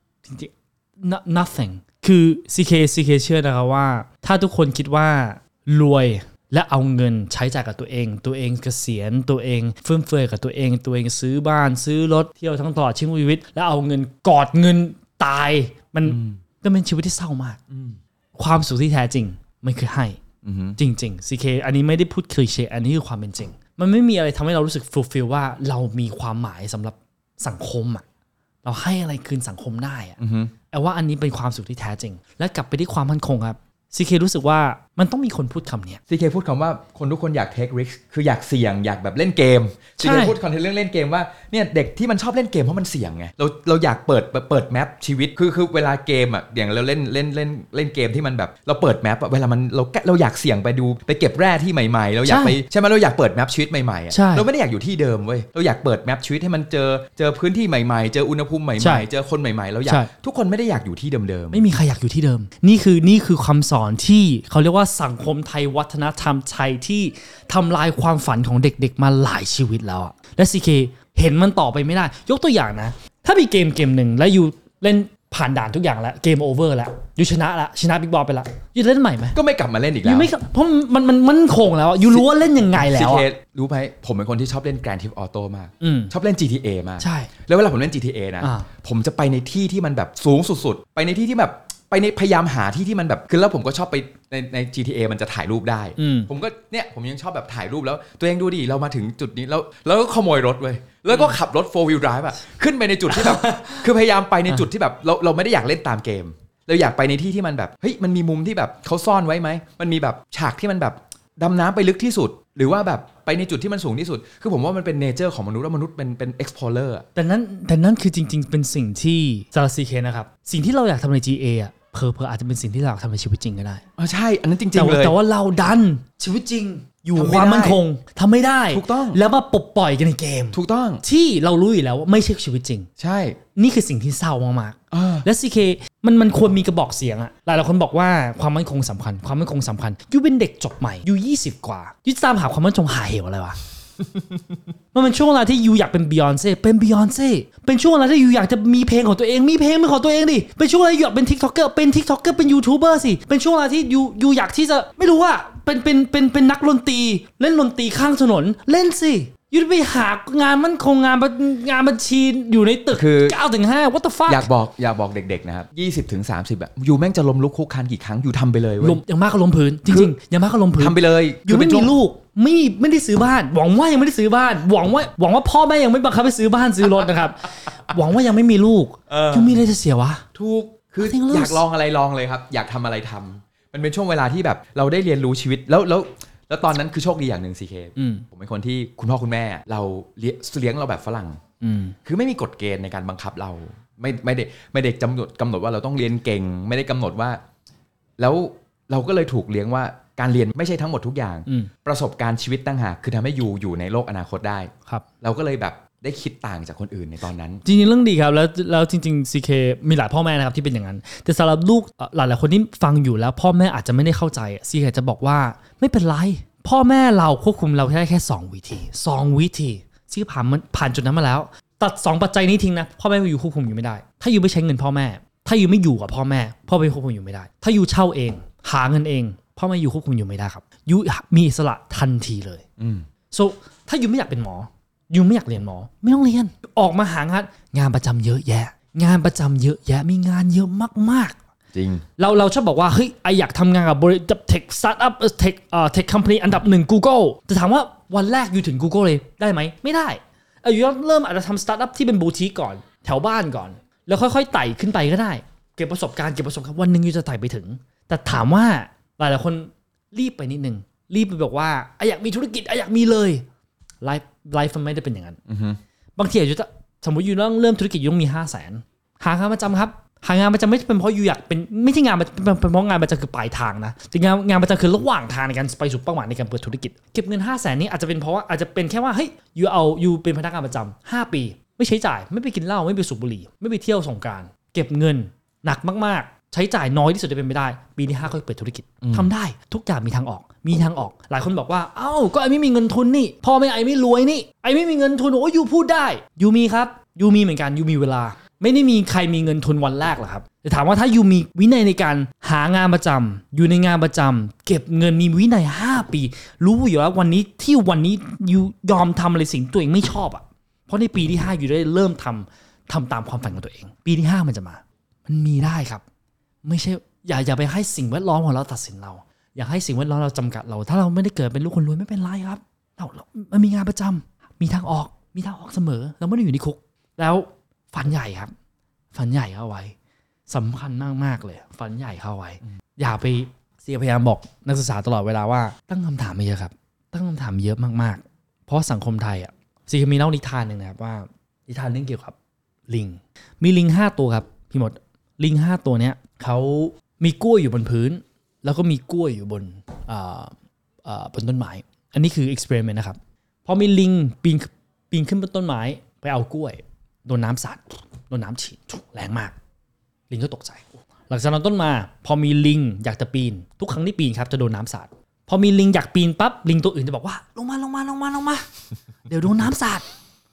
nothing คือ CK เชื่อนะครับว่าถ้าทุกคนคิดว่ารวยและเอาเงินใช้จ่ายกับตัวเองเกษียณตัวเองฟุ่มเฟือยกับตัวเองซื้อบ้านซื้อรถเที่ยวทั้งตลอดชีวิตแล้วเอาเงินกอดเงินตายมันเป็นชีวิตที่เศร้ามากความสุขที่แท้จริงมันคือให้จริงๆ CK อันนี้ไม่ได้พูดคลีเช่อันนี้คือความเป็นจริงมันไม่มีอะไรทำให้เรารู้สึก fulfill ว่าเรามีความหมายสำหรับสังคมอ่ะเราให้อะไรคืนสังคมได้อะแต่ว่าอันนี้เป็นความสุขที่แท้จริงและกลับไปที่ความมั่นคงครับ CK รู้สึกว่ามันต้องมีคนพูดคำนี้ CK พูดคำว่าคนทุกคนอยาก take risk คืออยากเสี่ยงอยากแบบเล่นเกม CK พูดคอนเทนต์เรื่องเล่นเกมว่าเนี่ยเด็กที่มันชอบเล่นเกมเพราะมันเสี่ยงไงเราอยากเปิดแมปชีวิตคือเวลาเกมอ่ะอย่างเราเล่นเกมที่มันแบบเราเปิดแมปเวลามันเราอยากเสี่ยงไปเก็บแร่ที่ใหม่ๆเราอยากไปใช่ไหมเราอยากเปิดแมปชีวิตใหม่ๆเราไม่ได้อยากอยู่ที่เดิมเว้ยเราอยากเปิดแมปชีวิตให้มันเจอพื้นที่ใหม่ๆเจออุณหภูมิใหม่ๆเจอคนใหม่ๆเราอยากทุกคนไม่ได้อยากอยู่ที่เดิมไม่มีใครอยากอยู่ที่เดิมนี่คือคำสอนที่เขาเรียกว่าสังคมไทยวัฒนธรรมไทยที่ทำลายความฝันของเด็กๆมาหลายชีวิตแล้วอะและ CK เห็นมันต่อไปไม่ได้ยกตัวอย่างนะถ้ามีเกมหนึ่งแล้วอยู่เล่นผ่านด่านทุกอย่างแล้วเกมโอเวอร์แล้วอยู่ชนะบิ๊กบอสไปแล้วอยู่เล่นใหม่ไหมก็ไม่กลับมาเล่นอีกแล้วอยู่ไม่เพราะมันคงแล้วอยู่รู้ว่าเล่นยังไงแล้ว CK รู้ไหมผมเป็นคนที่ชอบเล่น Grand Theft Auto มากชอบเล่น GTA มากใช่แล้วเวลาผมเล่น GTA นะผมจะไปในที่ที่มันแบบสูงสุดๆไปในที่ที่แบบไปในพยายามหาที่มันแบบคือแล้วผมก็ชอบไปใน GTA มันจะถ่ายรูปได้ผมก็เนี่ยผมยังชอบแบบถ่ายรูปแล้วตัวเองดูดิเรามาถึงจุดนี้แล้วก็ขโมยรถเว้ยแล้วก็ขับรถ 4 wheel drive อะขึ้นไปในจุดที่แบบ คือพยายามไปในจุดที่แบบเราไม่ได้อยากเล่นตามเกมเราอยากไปในที่ที่มันแบบเฮ้ยมันมีมุมที่แบบเขาซ่อนไว้ไหมมันมีแบบฉากที่มันแบบดำน้ำไปลึกที่สุดหรือว่าแบบไปในจุดที่มันสูงที่สุดคือผมว่ามันเป็นเนเจอร์ของมนุษย์แล้วมนุษย์เป็น explorer แต่นั่นคือจริงๆเป็นสิ่งที่ซาราซีเคนะครับสิ่งที่เราอยากทำใน GA อ่ะเพออาจจะเป็นสิ่งที่เราทำในชีวิตจริงก็ได้ใช่อันนั้นจริงๆเลยแต่ว่าเราดันชีวิตจริงอยู่ความมั่นคงทำไม่ได้ถูกต้องแล้วมาปล่อยกันในเกมถูกต้องที่เรารู้อยู่แล้วว่าไม่ใช่ชีวิตจริงใช่นี่คือสิ่งที่เศร้ามากๆและ CK มันควรมีกระบอกเสียงอะหลายคนบอกว่าความมั่นคงสำคัญยูเป็นเด็กจบใหม่ยู20 กว่ายูตามหาความมั่นคงหาเหวอะไรวะ มันเป็นช่วงเวลาที่ยูอยากเป็นบียอนเซ่เป็นช่วงเวลาที่ยูอยากจะมีเพลงของตัวเองมีเพลงเป็นของตัวเองดิเป็นช่วงเวลายูอยากเป็นทิกต็อกเกอร์เป็นยูทูบเบอร์สิเป็นช่วงเวลาที่ยูอยากที่จะไม่รู้ว่าเป็นนักดนตรีเล่นดนตรีข้างถนนเล่นสิยูไปหางานมั่นคงงานบัญชีอยู่ในตึก 9-5 what the fuck อยากบอกเด็กๆนะครับ20-30อ่ะยูแม่งจะล้มลุกคุกคานกี่ครั้งยูทำไปเลยเว้ยอย่างมากก็ล้มพื้นจริงๆอย่างมากก็ล้มพื้นทำไปเลยยูไม่มีลูกไม่ได้ซื้อบ้านหวังว่ายังไม่ได้ซื้อบ้านหวังว่าพ่อแม่ยังไม่บังคับให้ซื้อบ้านซื้อรถนะครับหวังว่ายังไม่มีลูกยูมีอะไรจะเสียวะถูกคืออยากลองอะไรลองเลยครับอยากทำอะไรทำมันเป็นช่วงเวลาที่แบบเราได้เรียนรู้ชีวิตแล้วตอนนั้นคือโชคดีอย่างหนึ่ง CK ผมเป็นคนที่คุณพ่อคุณแม่เราเลี้ยงเราแบบฝรั่งคือไม่มีกฎเกณฑ์ในการบังคับเราไม่ได้กำหนดว่าเราต้องเรียนเก่งไม่ได้กำหนดว่าแล้วเราก็เลยถูกเลี้ยงว่าการเรียนไม่ใช่ทั้งหมดทุกอย่างประสบการณ์ชีวิตต่างหากคือทำให้อยู่ในโลกอนาคตได้เราก็เลยแบบได้คิดต่างจากคนอื่นในตอนนั้นจริงๆเรื่องดีครับแล้วจริงๆ CK มีหลายพ่อแม่นะครับที่เป็นอย่างนั้นแต่สำหรับลูกหลายๆคนที่ฟังอยู่แล้วพ่อแม่อาจจะไม่ได้เข้าใจ CK จะบอกว่าไม่เป็นไรพ่อแม่เราควบคุมเราแค่2 วิธีที่ผ่านจุดนั้นมาแล้วตัด2 ปัจจัยนี้ทิ้งนะพ่อแม่อยู่ควบคุมอยู่ไม่ได้ถ้าอยู่ไม่ใช้เงินพ่อแม่ถ้าอยู่ไม่อยู่กับพ่อแม่ควบคุมอยู่ไม่ได้ถ้าอยู่เช่าเองหาเงินเองพ่อแม่อยู่ควบคุมอยู่ไม่ได้ครับอยู่มีอิสระทันทีเลยso ถ้าอยู่ไม่อยากเป็นหมออยู่ไม่อยากเรียนหมอไม่ต้องเรียนออกมาหางานประจำเยอะแยะมีงานเยอะมากจริงเราชอบบอกว่าเฮ้ยไออยากทำงานกับบริษัทเทคสตาร์ทอัพเทคคอมพานีอันดับ1 Google แต่ถามว่าวันแรกอยู่ถึง Google เลยได้ไหมไม่ได้อยู่เริ่มอาจจะทำสตาร์ทอัพที่เป็นบูติกก่อนแถวบ้านก่อนแล้วค่อยๆไต่ขึ้นไปก็ได้เก็บประสบการณ์วันนึงอยู่จะไต่ไปถึงแต่ถามว่าหลายๆคนรีบไปนิดนึงรีบไปบอกว่าอยากมีธุรกิจอยากมีเลยไลฟ์มันไม่ได้เป็นอย่างนั้นบางทีอาจจะสมมติอยู่ต้องเริ่มธุรกิจอยู่ต้องมี 500,000 หางานประจำครับหางานประจำไม่เป็นเพราะอยู่อยากเป็นไม่ใช่งานเป็นเพราะงานประจำคือปลายทางนะแต่งานประจำคือระหว่างทางในการไปสู่เป้าหมายในการเปิดธุรกิจเก็บเงิน 500,000 นี้อาจจะเป็นเพราะว่าอาจจะเป็นแค่ว่าเฮ้ยอยู่เป็นพนักงานประจำ5 ปีไม่ใช้จ่ายไม่ไปกินเหล้าไม่ไปสูบบุหรี่ไม่ไปเที่ยวสงกรานต์เก็บเงินหนักมากๆใช้จ่ายน้อยที่สุดจะเป็นไปได้ปีที่ 5 ค่อยเปิดธุรกิจทำได้ทุกอย่างมีทางออกหลายคนบอกว่าก็ไอ้ไม่มีเงินทุนนี่พ่อแม่ไอ้ไม่รวยนี่ไอ้ไม่มีเงินทุนโอ้ยยูพูดได้ยูมีครับยูมีเหมือนกันยูมีเวลาไม่ได้มีใครมีเงินทุนวันแรกหรอกครับแต่ถามว่าถ้ายูมีวินัยในการหางานประจำอยู่ในงานประจำเก็บเงินมีวินัย5 ปีรู้อยู่แล้ววันนี้ยูยอมทำอะไรสิ่งตัวเองไม่ชอบเพราะในปีที่5ยูได้เริ่มทำตามความฝันของตัวเองปีที่5มันจะมามันมีได้ครับไม่ใช่อย่าไปให้สิ่งแวดล้อมของเราตัดสินเราอยากให้สิ่งแวดล้อมเราจำกัดเราถ้าเราไม่ได้เกิดเป็นลูกคนรวยไม่เป็นไรครับมันมีงานประจำมีทางออกเสมอเราไม่ได้อยู่ในคุกแล้วฝันใหญ่ครับฝันใหญ่เข้าไว้สำคัญมากๆเลยฝันใหญ่เข้าไว้อย่าไปซีพยายามบอกนักศึกษาตลอดเวลาว่าตั้งคำถามมาเยอะครับตั้งคำถามเยอะมากๆเพราะสังคมไทยซีมีเล่านิทานนึงนะครับว่านิทานเรื่องเกี่ยวกับลิงมีลิง5ตัวครับพี่หมดลิง5ตัวเนี้ยเขามีกล้วยอยู่บนพื้นแล้วก็มีกล้วยอยู่บนต้นไม้อันนี้คือ experiment นะครับพอมีลิงปีนขึ้นบนต้นไม้ไปเอากล้วยโดนน้ำสาดโดนน้ำฉีดแรงมากลิงก็ตกใจหลังจากนั้นต้นมาพอมีลิงอยากจะปีนทุกครั้งที่ปีนครับจะโดนน้ำสาดพอมีลิงอยากปีนปั๊บลิงตัวอื่นจะบอกว่าลงมาเดี๋ยวโดนน้ำสาด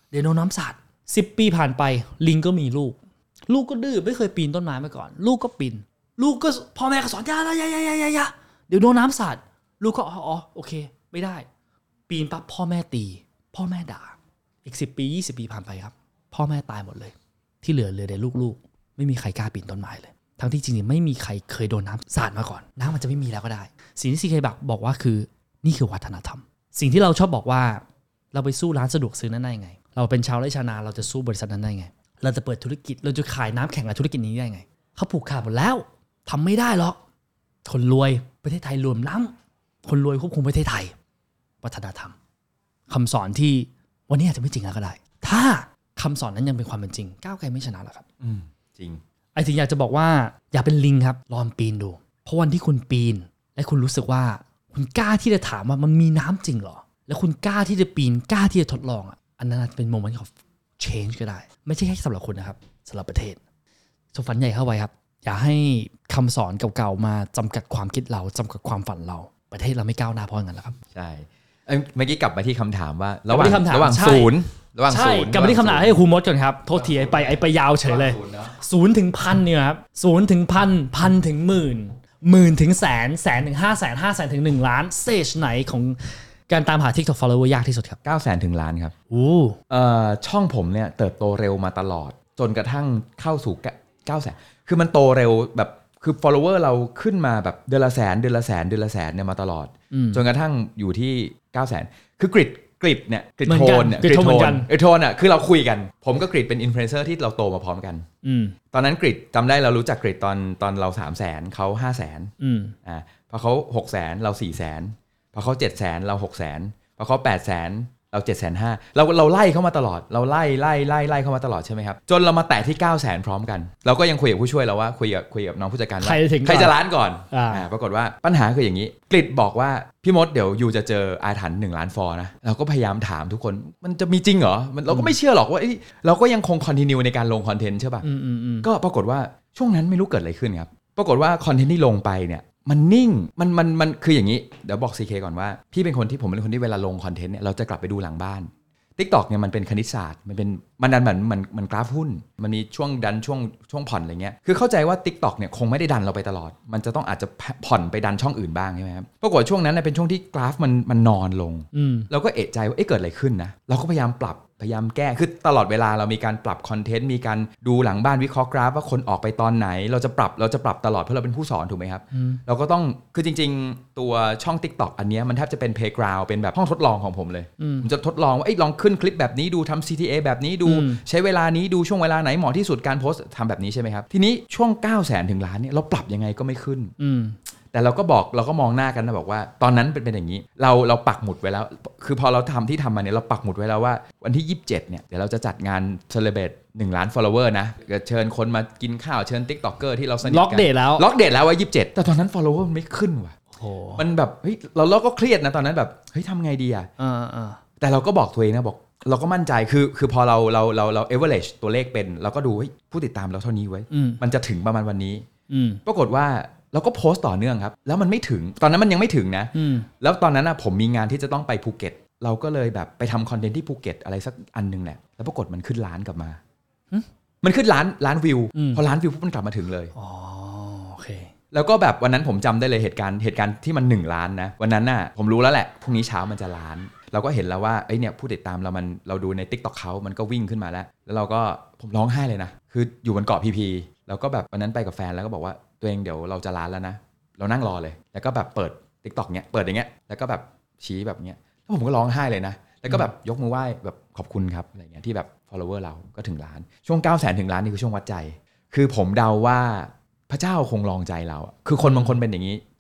10 ปีผ่านไปลิงก็มีลูกก็ดื้อไม่เคยปีนต้นไม้มาก่อนลูกก็ปีนลูกก็พ่อแม่ก็สอนอย่าเดี๋ยวโดนน้ำสาดลูกก็อ๋อโอเคไม่ได้ปีนปั๊บพ่อแม่ตีพ่อแม่ด่าอีก10 ปี20 ปีผ่านไปครับพ่อแม่ตายหมดเลยที่เหลือแต่ลูกไม่มีใครกล้าปีนต้นไม้เลยทั้งที่จริงๆไม่มีใครเคยโดนน้ำสาดมาก่อนน้ำมันจะไม่มีแล้วก็ได้สิ่งที่ซีเคบอกว่าคือนี่คือวัฒนธรรมสิ่งที่เราชอบบอกว่าเราไปสู้ร้านสะดวกซื้อนั้นได้ไงเราเป็นชาวไร่ชาวนาเราจะสู้บริษัทนั้นได้ไงเราจะเปิดธุรกิจเราจะขายน้ำแข่งกับธุรกิจนี้ได้ไงเขาผูกขาดหมดแล้วทำไม่ได้หรอกคนรวยประเทศไทยรวมล้ำคนรวยควบคุมประเทศไทยวัฒนธรรมคำสอนที่วันนี้อาจจะไม่จริงแล้วก็ได้ถ้าคำสอนนั้นยังเป็นความเป็นจริงก้าวไกลไม่ชนะหรอกครับจริงไอ้ถึงอยากจะบอกว่าอย่าเป็นลิงครับลองปีนดูเพราะวันที่คุณปีนและคุณรู้สึกว่าคุณกล้าที่จะถามว่ามันมีน้ำจริงเหรอแล้วคุณกล้าที่จะปีนกล้าที่จะทดลองอันนั้นเป็นโมเมนต์ของ change ก็ได้ไม่ใช่แค่สำหรับคุณนะครับสำหรับประเทศสุฝันใหญ่เข้าไว้ครับอย่าให้คำสอนเก่าๆมาจำกัดความคิดเราจำกัดความฝันเราประเทศเราไม่ก้าวหน้าเพราะงั้นแหละครับใช่เมื่อกี้กลับมาที่คำถามว่าระหว่างศูนย์ใช่กลับมาที่คำถามให้ครูมดก่อนครับโทษทีไปยาวเฉยเลย0 ถึง 1,000เนี่ยครับ0 ถึง 1,000 ถึง 10,000 ถึงแสนถึง 500,000 500,000 ถึง 1 ล้านสเตจไหนของการตามหา TikTok follower ยากที่สุดครับ 900,000 ถึงล้านครับช่องผมเนี่ยเติบโตเร็วมาตลอดจนกระทั่งเข้าสู่ 900,000 คือมันโตเร็วแบบคือ follower เราขึ้นมาแบบเดือนละแสนเนี่ยมาตลอดจนกระทั่งอยู่ที่ 900,000 คือกริดเนี่ยกริดโทนอ่ะคือเราคุยกันผมก็กริดเป็นอินฟลูเอนเซอร์ที่เราโตมาพร้อมกันตอนนั้นกริดจำได้เรารู้จักกริดตอนเรา 300,000 เขา 500,000 พอเขา 600,000 เรา 400,000 พอเขา 700,000 เรา 600,000 พอเขา 800,000 เรา 750,000 เราไล่เข้ามาตลอดเราไล่เข้ามาตลอดใช่ไหมครับจนเรามาแตะที่ 900,000 พร้อมกันเราก็ยังคุยกับผู้ช่วยเราว่าคุยกับน้องผู้จัดการว่าใครจะล้านก่อนปรากฏว่าปัญหาคืออย่างนี้กริดบอกว่าพี่มดเดี๋ยวยูจะเจออาถรรพ์1 ล้านฟอลนะเราก็พยายามถามทุกคนมันจะมีจริงเหรอเราก็ไม่เชื่อหรอกว่าเราก็ยังคงคอนทินิวในการลงคอนเทนต์ใช่ป่ะก็ปรากฏว่าช่วงนั้นไม่รู้เกิดอะไรขึ้นครับปรากฏว่าคอนเทนต์ที่ลงไปเนี่ยมันนิ่งมันคืออย่างนี้เดี๋ยวบอก CK ก่อนว่าผมเป็นคนที่เวลาลงคอนเทนต์เนี่ยเราจะกลับไปดูหลังบ้าน TikTok เนี่ยมันเป็นคณิตศาสตร์มันดันมันกราฟหุ้นมันมีช่วงดันช่วงผ่อนอะไรเงี้ยคือเข้าใจว่า TikTok เนี่ยคงไม่ได้ดันเราไปตลอดมันจะต้องอาจจะผ่อนไปดันช่องอื่นบ้างใช่ไหมครับปรากฏช่วงนั้นเป็นช่วงที่กราฟมันนอนลงเราก็เอะใจว่าเกิดอะไรขึ้นนะเราก็พยายามแก้คือตลอดเวลาเรามีการปรับคอนเทนต์มีการดูหลังบ้านวิเคราะห์กราฟว่าคนออกไปตอนไหนเราจะปรับตลอดเพราะเราเป็นผู้สอนถูกไหมครับเราก็ต้องคือจริงๆตัวช่อง TikTok อันนี้มันแทบจะเป็น playground เป็นแบบห้องทดลองของผมเลยผมจะทดลองว่าลองขึ้นคลิปแบบนี้ดูทำ CTA แบบนี้ดูใช้เวลานี้ดูช่วงเวลาไหนเหมาะที่สุดการโพสต์ทำแบบนี้ใช่ไหมครับทีนี้ช่วง 900,000 ถึงล้านเนี่ยเราปรับยังไงก็ไม่ขึ้นแต่เราก็มองหน้ากันนะบอกว่าตอนนั้นเป็นอย่างนี้เราปักหมุดไว้แล้วคือพอเราทำมาเนี่ยเราปักหมุดไว้แล้วว่าวันที่27เนี่ยเดี๋ยวเราจะจัดงาน celebrate 1 ล้าน follower นะเชิญคนมากินข้าวเชิญ TikToker ที่เราสนิทกันล็อกเดทแล้วว่า27แต่ตอนนั้น follower มันไม่ขึ้นว่ะมันแบบเฮ้ยเราก็เครียดนะตอนนั้นแบบเฮ้ยทำไงดีอ่ะแต่เราก็บอกตัวเองนะบอกเราก็มั่นใจคือพอเรา average ตัวเลขเป็นเราก็ดูเฮ้ยผู้ติดตามเราเท่านี้ไว้มันจะถึงประมาณวันนี้ปรากฏว่าเราก็โพสต์ต่อเนื่องครับแล้วมันไม่ถึงตอนนั้นมันยังไม่ถึงนะแล้วตอนนั้นผมมีงานที่จะต้องไปภูเก็ตเราก็เลยแบบไปทำคอนเทนต์ที่ภูเก็ตอะไรสักอันนึงแหละแล้วปรากฏมันขึ้นล้านกลับมามันขึ้นล้านวิวพอล้านวิวปุ๊บมันกลับมาถึงเลยอ๋อโอเคแล้วก็แบบวันนั้นผมจำได้เลยเหตุการณ์ที่มัน1 ล้านนะวันนั้นน่ะผมรู้แล้วแหละพรุ่งนี้เช้ามันจะล้านเราก็เห็นแล้วว่าเนี่ยผู้ติดตามเราดูใน TikTok เขามันก็วิ่งขึ้นมาแล้วเราก็ผมร้องไห้เลยนะคืออยู่บนเกาะพีแล้วก็แบบวันนั้นไปกับแฟนแล้วก็บอกว่าตัวเองเดี๋ยวเราจะล้านแล้วนะเรานั่งรอเลยแล้วก็แบบเปิด TikTok เนี้ยเปิดอย่างเงี้ยแล้วก็แบบชี้แบบเนี้ยแล้วผมก็ร้องไห้เลยนะแล้วก็แบบยกมือไหว้แบบขอบคุณครับอะไรเงี้ยที่แบบ follower เราก็ถึงล้านช่วง 900,000 ถึงล้านนี่คือช่วงวัดใจคือผมเดาว่าพระเจ้าคงลองใจเราคือคนบางคนเป็นอย่างนี้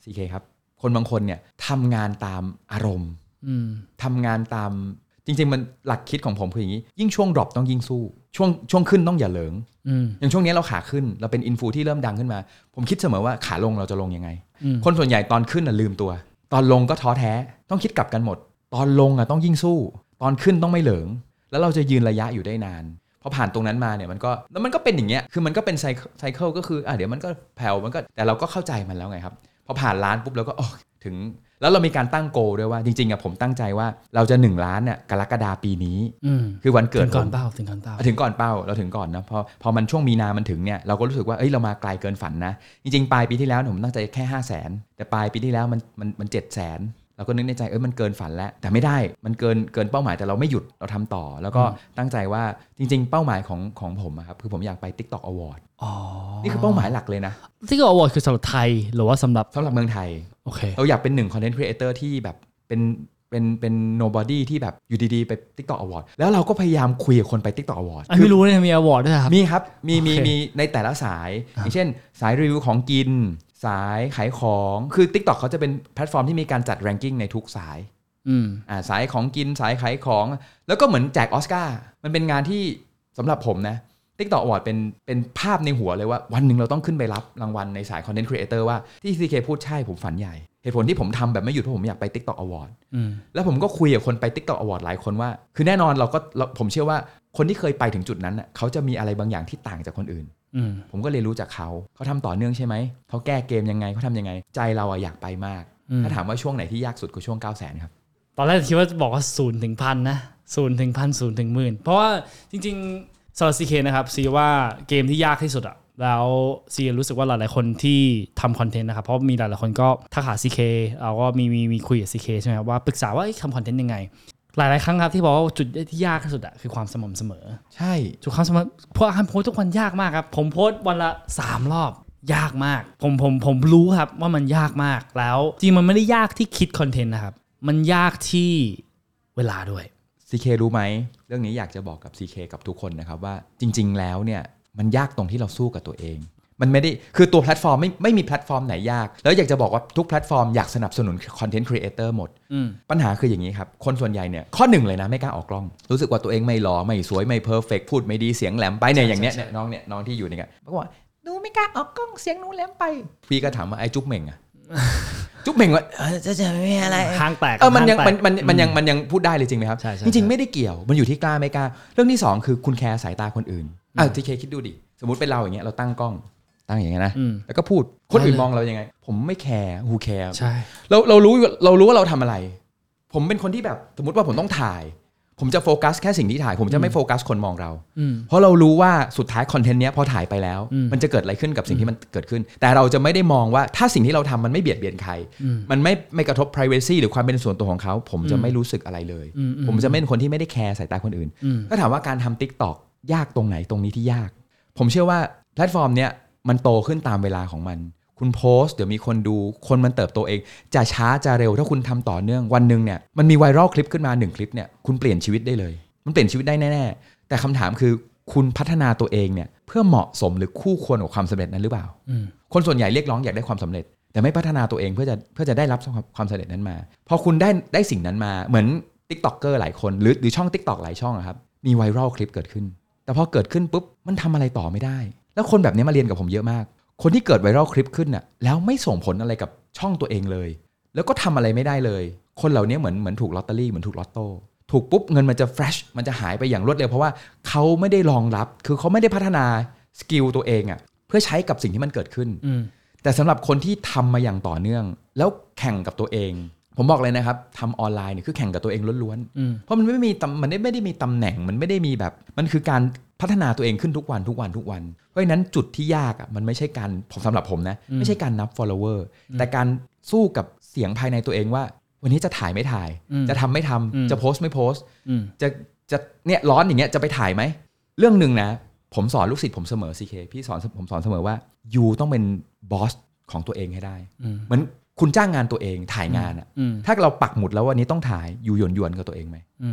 CK ครับคนบางคนเนี่ยทำงานตามอารมณ์ทำงานตามจริงๆมันหลักคิดของผมคืออย่างนี้ยิ่งช่วงดรอปต้องยิ่งสู้ช่วงขึ้นต้องอย่าเหลิงอย่างช่วงนี้เราขาขึ้นเราเป็นอินฟูที่เริ่มดังขึ้นมาผมคิดเสมอว่าขาลงเราจะลงยังไงคนส่วนใหญ่ตอนขึ้นลืมตัวตอนลงก็ท้อแท้ต้องคิดกลับกันหมดตอนลงต้องยิ่งสู้ตอนขึ้นต้องไม่เหลิงแล้วเราจะยืนระยะอยู่ได้นานพอผ่านตรงนั้นมาเนี่ยมันก็เป็นอย่างเงี้ยคือมันก็เป็นไซเคิลก็คือเดี๋ยวมันก็แผ่วมันก็แต่เราก็เข้าใจมันแล้วไงครับพอผ่านล้านปุ๊บเราก็ถึงแล้วเรามีการตั้งโกลด้วยว่าจริงๆผมตั้งใจว่าเราจะ1ล้านเนี่ยกรกฎาคมปีนี้คือวันเกิดถึงก่อนเป้าถึงก่อนเป้าเราถึงก่อนนะพอมันช่วงมีนามันถึงเนี่ยเราก็รู้สึกว่าเรามาไกลเกินฝันนะจริงๆปลายปีที่แล้วผมตั้งใจแค่ 500,000 แต่ปลายปีที่แล้วมัน 700,000เราก็นึกในใจมันเกินฝันแล้วแต่ไม่ได้มันเกินเป้าหมายแต่เราไม่หยุดเราทำต่อแล้วก็ตั้งใจว่าจริงๆเป้าหมายของผมครับคือผมอยากไป TikTok Award นี่คือเป้าหมายหลักเลยนะ TikTok Award คือสำหรับไทยหรือว่าสำหรับเมืองไทยโอเคเราอยากเป็น1 Content Creator ที่แบบเป็น nobody ที่แบบอยู่ดีๆไป TikTok Award แล้วเราก็พยายามคุยกับคนไป TikTok Award ไม่รู้เนี่ยมี Award ด้วยครับมีครับมีในแต่ละสายอย่างเช่นสายรีวิวของกินสายขายของคือ TikTok เขาจะเป็นแพลตฟอร์มที่มีการจัด ranking ในทุกสายสายของกินสายขายของแล้วก็เหมือนแจกออสการ์มันเป็นงานที่สำหรับผมนะ TikTok Award เป็นภาพในหัวเลยว่าวันหนึ่งเราต้องขึ้นไปรับรางวัลในสาย Content Creator ว่าที่ CK พูดใช่ผมฝันใหญ่เหตุผลที่ผมทำแบบไม่หยุดเพราะผมอยากไป TikTok Award แล้วผมก็คุยกับคนไป TikTok Award หลายคนว่าคือแน่นอนผมเชื่อว่าคนที่เคยไปถึงจุดนั้นเขาจะมีอะไรบางอย่างที่ต่างจากคนอื่นผมก็เรียนรู้จากเขาทำต่อเนื่องใช่ไหมเขาแก้เกมยังไงเขาทำยังไงใจเราอยากไปมากถ้าถามว่าช่วงไหนที่ยากสุดก็ช่วง 900,000 ครับตอนแรกคิดว่าบอกว่า0 ถึง 1,000 นะ0 ถึง 1,000 0 ถึง 10,000 เพราะว่าจริงๆสำหรับ CK นะครับซีว่าเกมที่ยากที่สุดแล้วซีรู้สึกว่าหลายๆคนที่ทำคอนเทนต์นะครับเพราะมีหลายๆคนก็ทักหา CK เราก็มีคุยกับ CK ใช่ไหมครับว่าปรึกษาว่าทำคอนเทนต์ยังไงหลายๆครั้งครับที่บอกว่าจุดที่ยากที่สุดคือความสม่ำเสมอใช่จุดความสม่ำเพราะการโพสทุกวันยากมากครับผมโพสวันละ3 รอบยากมากผมรู้ครับว่ามันยากมากแล้วจริงมันไม่ได้ยากที่คิดคอนเทนต์นะครับมันยากที่เวลาด้วย CK รู้ไหมเรื่องนี้อยากจะบอกกับ CK กับทุกคนนะครับว่าจริงๆแล้วเนี่ยมันยากตรงที่เราสู้กับตัวเองมันไม่ได้คือตัวแพลตฟอร์มไม่มีแพลตฟอร์มไหนยากแล้วอยากจะบอกว่าทุกแพลตฟอร์มอยากสนับสนุนคอนเทนต์ครีเอเตอร์หมดปัญหาคืออย่างนี้ครับคนส่วนใหญ่เนี่ยข้อ1เลยนะไม่กล้าออกกล้องรู้สึกว่าตัวเองไม่หล่อไม่สวยไม่เพอร์เฟคพูดไม่ดีเสียงแหลมไปเนี่ยอย่างเนี้ยน้องที่อยู่เนี่ยบอกว่าหนูไม่กล้าออกกล้องเสียงหนูแหลมไปพี่ก็ถามว่าไอ้จุ๊บเหม่งอะจุ๊บเหม่งว่าจะไม่อะไรทางแตกมันยังพูดได้เลยจริงไหมครับจริงๆไม่ได้เกี่ยวมันอยู่ที่กล้าไม่กล้าเรื่องที่2คือคุณแคร์สายตาคนอื่นที่เคคิดดูดิสมมุติเป็นเราอย่างเงี้ยเราตั้งกล้องอย่างเงี้ยนะแล้วก็พูดคนอื่นมองเรายังไงผมไม่แคร์ฮูแคร์ใช่เรารู้ว่าเราทำอะไรผมเป็นคนที่แบบสมมติว่าผมต้องถ่ายผมจะโฟกัสแค่สิ่งที่ถ่ายผมจะไม่โฟกัสคนมองเราเพราะเรารู้ว่าสุดท้ายคอนเทนต์เนี้ยพอถ่ายไปแล้วมันจะเกิดอะไรขึ้นกับสิ่งที่มันเกิดขึ้นแต่เราจะไม่ได้มองว่าถ้าสิ่งที่เราทำมันไม่เบียดเบียนใครมันไม่กระทบ privacy หรือความเป็นส่วนตัวของเขาผมจะไม่รู้สึกอะไรเลยผมจะเป็นคนที่ไม่ได้แคร์สายตาคนอื่นถ้าถามว่าการทำ TikTok ยากตรงไหนตรงนี้ที่ยากผมเชื่อว่าแพลตฟอร์มเนี้ยมันโตขึ้นตามเวลาของมันคุณโพสต์เดี๋ยวมีคนดูคนมันเติบโตเองจะช้าจะเร็วถ้าคุณทำต่อเนื่องวันนึงเนี่ยมันมีไวรัลคลิปขึ้นมา1คลิปเนี่ยคุณเปลี่ยนชีวิตได้เลยมันเปลี่ยนชีวิตได้แน่ๆแต่คำถามคือคุณพัฒนาตัวเองเนี่ยเพื่อเหมาะสมหรือคู่ควรกับความสำเร็จนั้นหรือเปล่าคนส่วนใหญ่เรียกร้องอยากได้ความสำเร็จแต่ไม่พัฒนาตัวเองเพื่อจะได้รับความสำเร็จนั้นมาพอคุณได้สิ่งนั้นมาเหมือน TikToker หลายคนหรือช่อง TikTok หลายช่องครับมีไวรัลคลิปเกิดขึ้นแต่พอเกิดขึ้นปุ๊บมันทำอะไรต่อไม่ได้แล้วคนแบบนี้มาเรียนกับผมเยอะมากคนที่เกิดไวรัลคลิปขึ้นน่ะแล้วไม่ส่งผลอะไรกับช่องตัวเองเลยแล้วก็ทำอะไรไม่ได้เลยคนเหล่านี้เหมือนถูกลอตเตอรี่เหมือนถูกลอตโต้ถูกปุ๊บเงินมันจะแฟลชมันจะหายไปอย่างรวดเร็วเพราะว่าเขาไม่ได้รองรับคือเขาไม่ได้พัฒนาสกิลตัวเองอ่ะเพื่อใช้กับสิ่งที่มันเกิดขึ้นแต่สำหรับคนที่ทำมาอย่างต่อเนื่องแล้วแข่งกับตัวเองผมบอกเลยนะครับทำออนไลน์เนี่ยคือแข่งกับตัวเองล้วนๆเพราะมันไม่ได้มีตำแหน่งมันไม่ได้มีแบบมันคือการพัฒนาตัวเองขึ้นทุกวันเพราะฉะนั้นจุดที่ยากอ่ะมันไม่ใช่การสำหรับผมนะไม่ใช่การนับ follower แต่การสู้กับเสียงภายในตัวเองว่าวันนี้จะถ่ายไม่ถ่ายจะทำไม่ทำจะโพสต์ไม่โพสต์จะเนี่ยร้อนอย่างเงี้ยจะไปถ่ายไหมเรื่องนึงนะผมสอนลูกศิษย์ผมเสมอ CK พี่ผมสอนเสมอว่ายูต้องเป็นบอสของตัวเองให้ได้เหมือนคุณจ้างงานตัวเองถ่ายงานอ่ะถ้าเราปักหมุดแล้ววันนี้ต้องถ่ายอยู่หยวนกับตัวเองไหม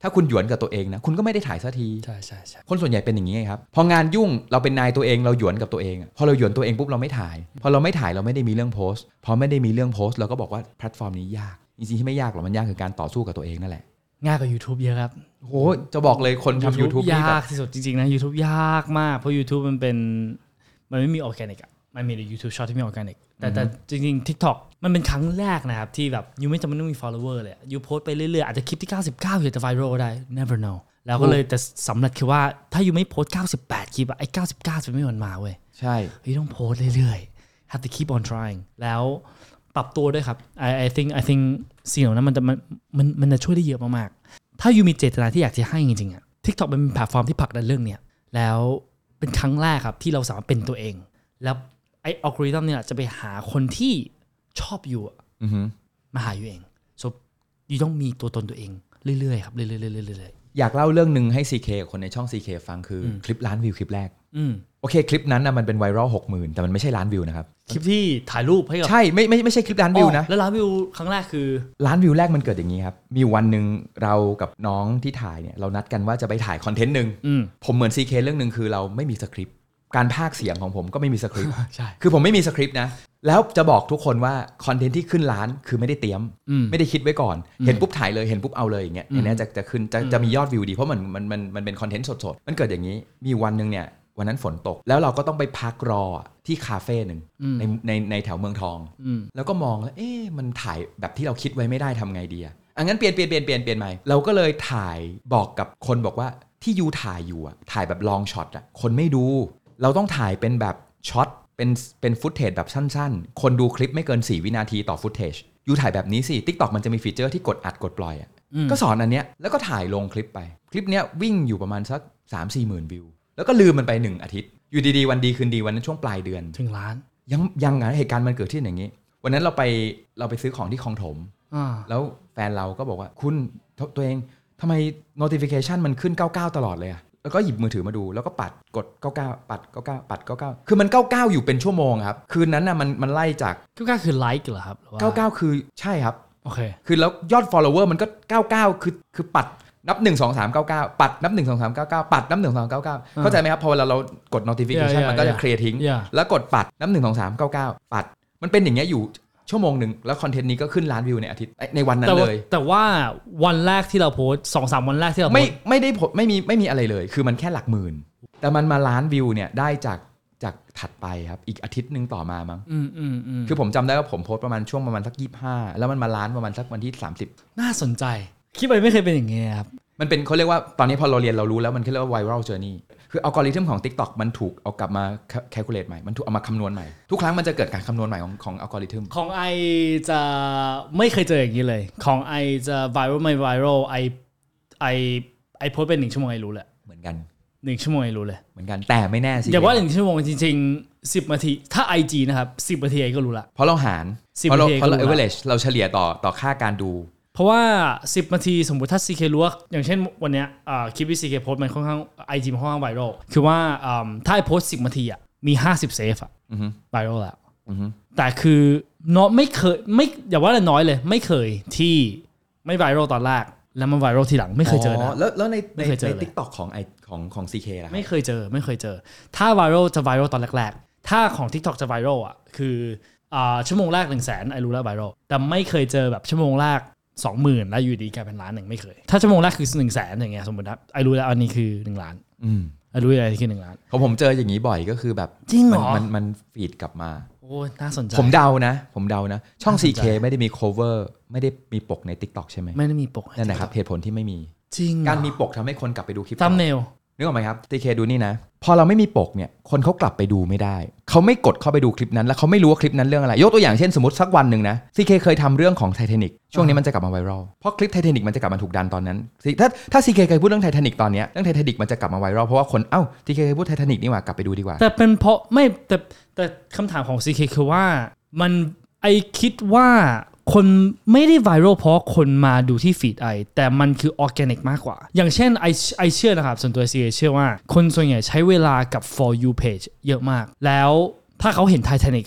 ถ้าคุณหยวนกับตัวเองนะคุณก็ไม่ได้ถ่ายสักทีใช่ใช่ใช่คนส่วนใหญ่เป็นอย่างนี้ครับพองานยุ่งเราเป็นนายตัวเองเราหยวนกับตัวเองพอเราหยวนตัวเองปุ๊บเราไม่ถ่ายพอเราไม่ถ่ายเราไม่ได้มีเรื่องโพสต์พอไม่ได้มีเรื่องโพสต์เราก็บอกว่าแพลตฟอร์มนี้ยากจริงๆที่ไม่ยากหรอกมันยากคือการต่อสู้กับตัวเองนั่นแหละง่ายกว่า YouTube เยอะครับโหจะบอกเลยคนทำ YouTube ยากที่สุดจริงๆนะ YouTube ยากมากเพราะ YouTube มันไม่มีออร์แกนิกมันมีแต่ YouTube Short ที่มีออร์แกนิกแต่จริงๆ TikTok มันเป็นครั้งแรกนะครับที่แบบยูไม่จำเป็นต้องมี follower เลยยูโพสไปเรื่อยๆอาจจะคลิปที่99อยู่จะ viral ได้ never know แล้วก็เลยแต่สำหรับคือว่าถ้ายูไม่โพส98คลิปไอ้99จะไม่มันมาเว้ยใช่ยูต้องโพสเรื่อยๆ have to keep on trying แล้วปรับตัวด้วยครับ I think สิ่งเหล่านั้นมันจะช่วยได้เยอะมากๆถ้ายูมีเจตนาที่อยากจะให้จริงๆTikTok เป็นแพลตฟอร์มที่ผลักดันเรื่องเนี้ยแล้วเป็นครั้งแรกครับที่เราสามารถเป็นตัวเองแล้วไอ้อัลกอริทึมเนี่ยจะไปหาคนที่ชอบอยู่มาหาอยู่เอง so ยูต้องมีตัวตนตัวเองเรื่อยๆครับเรื่อยๆอยากเล่าเรื่องนึงให้ CK คนในช่อง CK ฟังคือคลิปล้านวิวคลิปแรกโอเคคลิปนั้นนะมันเป็นไวรัล 60,000 แต่มันไม่ใช่ล้านวิวนะครับคลิปที่ถ่ายรูปให้กับใช่ไม่ใช่คลิปล้านวิวนะแล้วล้านวิวครั้งแรกคือล้านวิวแรกมันเกิดอย่างนี้ครับมีวันนึงเรากับน้องที่ถ่ายเนี่ยเรานัดกันว่าจะไปถ่ายคอนเทนต์นึงผมเหมือน CK เรื่องนึงคือเราไม่มีสคริปต์การพากย์เสียงของผมก็ไม่มีสคริปต์ใช่คือผมไม่มีสคริปต์นะแล้วจะบอกทุกคนว่าคอนเทนต์ที่ขึ้นล้านคือไม่ได้เตรียมไม่ได้คิดไว้ก่อนเห็นปุ๊บถ่ายเลยเห็นปุ๊บเอาเลยอย่างเงี้ยอันนี้จะขึ้นจะมียอดวิวดีเพราะมันเป็นคอนเทนต์สดๆมันเกิดอย่างนี้มีวันนึงเนี่ยวันนั้นฝนตกแล้วเราก็ต้องไปพักรอที่คาเฟ่หนึ่งในแถวเมืองทองแล้วก็มองแล้วมันถ่ายแบบที่เราคิดไว้ไม่ได้ทำไงดีอ่ะงั้นเปลี่ยนใหม่เราก็เลยถ่ายบอกกับคนบอกว่าที่ยูถ่ายอยู่อ่ะถ่ายแบบลองช็อตอ่ะคนไม่ดูเราต้องถ่ายเป็นแบบช็อตเป็นฟุตเทจแบบสั้นๆคนดูคลิปไม่เกิน4วินาทีต่อฟุตเทจยูถ่ายแบบนี้สิ TikTok มันจะมีฟีเจอร์ที่กดอัดกดปล่อยอ่ะก็สอนอันเนี้ยแล้วก็ถ่ายลงคลิปไปคลิปเนี้ยวิ่งอยู่ประมาณสัก 3-4 หมื่นวิวแล้วก็ลืมมันไป1อาทิตย์อยู่ดีๆวันดีคืนดีวันนั้นช่วงปลายเดือนถึงล้านยังเหตุการณ์มันเกิดที่อย่างนี้วันนั้นเราไปซื้อของที่คลองถมแล้วแฟนเราก็บอกว่าคุณตัวเองทำไม notification มันขึ้น99ตลอดเลยอะแล้วก็หยิบมือถือมาดูแล้วก็ปัดกด99ปัด99ปัด99คือมัน99อยู่เป็นชั่วโมงครับคืนนั้นน่ะมันไล่จาก 99คือไลค์เหรอครับ 99คือใช่ครับโอเคคือแล้วยอด follower มันก็99คือปัดนับ1 2 3 9 9ปัดนับ1 2 3 9 9ปัดนับ1 2 9 9เข้าใจไหมครับพอเวลาเรากด notification มันก็จะเคลียร์ทิ้งแล้วกดปัดนับ1 2 3 9 9ปัดมันเป็นอย่างเงี้ยอยู่ชั่วโมงนึงแล้วคอนเทนต์นี้ก็ขึ้นล้านวิวในอาทิตย์ในวันนั้นเลยแต่ว่าวันแรกที่เราโพสต์ 2-3 วันแรกที่เราโพสต์ไม่ได้ไม่มีอะไรเลยคือมันแค่หลักหมื่นแต่มันมาล้านวิวเนี่ยได้จากถัดไปครับอีกอาทิตย์นึงต่อมามั้งคือผมจำได้ว่าผมโพสต์ประมาณช่วงประมาณสัก25แล้วมันมาล้านประมาณสักวันที่30 น่าสนใจคิดไปไม่เคยเป็นอย่างเงี้ยครับมันเป็นเขาเรียกว่าตอนนี้พอเราเรียนเรารู้แล้วมันเรียกว่า viral journey คืออัลกอริทึมของ TikTok มันถูกเอากลับมา calculate ใหม่มันถูกเอามาคำนวณใหม่ทุกครั้งมันจะเกิดการคำนวณใหม่ของอัลกอริทึมของไอจะไม่เคยเจออย่างนี้เลยของไอจะ viral ไม่ viral ไอโพสต์เป็น1ชั่วโมงไอรู้แหละเหมือนกัน 1ชั่วโมงไอรู้เลยเหมือนกันแต่ไม่แน่สิอย่าว่า1ชั่วโมงจริงๆ10นาทีถ้า IG นะครับ10นาทีไอก็รู้ละเพราะเราหารเพราะเรา average เราเฉลี่ยต่อค่าการดูเพราะว่า10นาทีสมมุติถ้า CK รู้ว่าอย่างเช่นวันเนี้ยคลิปที่ CK โพสต์มันค่อนข้าง IG มันค่อนข้างไวรัลคือว่าถ้าไอโพสต์10นาทีอ่ะมี50เซฟอ่ะไวรัลแล้วแต่คือน้อยไม่เคยไม่อย่าว่าแต่น้อยเลยไม่เคยที่ไม่ไวรัลตอนแรกแล้วมันไวรัลทีหลังไม่เคยเจอนะแล้วใน TikTok ของ CK ล่ะไม่เคยเจอถ้าไวรัลจะไวรัลตอนแรกๆถ้าของ TikTok จะไวรัลอ่ะคือชั่วโมงแรก 100,000 ไอรู้แล้วไวรัลแต่ไม่เคยเจอแบบชั่วโมงแรก20,000แล้วอยู่ดีกลายเป็นล้านหนึ่งไม่เคยถ้าชั่วโมงแรกคือ 100,000 อย่างเงี้ยสมมตินะไอรู้แล้วอันนี้คือ1ล้านไอรู้อะไรคือ1ล้านผมเจออย่างนี้บ่อยก็คือแบบจริงเหรอมันฟีดกลับมาโอ้น่าสนใจผมเดานะช่อง CK ไม่ได้มี cover ไม่ได้มีปกใน TikTok ใช่ไหมไม่ได้มีปกนั่นแหละครับเหตุผลที่ไม่มีจริงการมีปกทำให้คนกลับไปดูคลิปซัมเนลนึกออกไหมครับ CK ดูนี่นะพอเราไม่มีปกเนี่ยคนเขากลับไปดูไม่ได้เขาไม่กดเข้าไปดูคลิปนั้นแล้วเขาไม่รู้ว่าคลิปนั้นเรื่องอะไรยกตัวอย่างเช่นสมมติสักวันหนึ่งนะ CK เคยทำเรื่องของ Titanic ช่วงนี้มันจะกลับมาไวรัลเพราะคลิป Titanic มันจะกลับมาถูกดันตอนนั้นถ้า CK เคยพูดเรื่อง Titanic ตอนนี้เรื่อง Titanic มันจะกลับมาไวรัลเพราะว่าคนCK เคยพูด Titanic นี่หว่ากลับไปดูดีกว่าแต่เป็นเพราะไม่แต่คำถามของ CK คือว่ามันไอคิดว่าคนไม่ได้ไวรัลเพราะคนมาดูที่ฟีดไอแต่มันคือออร์แกนิกมากกว่าอย่างเช่นไอเชื่อนะครับส่วนตัว CK เชื่อว่าคนส่วนใหญ่ใช้เวลากับ for you page เยอะมากแล้วถ้าเขาเห็น Titanic อ่ะ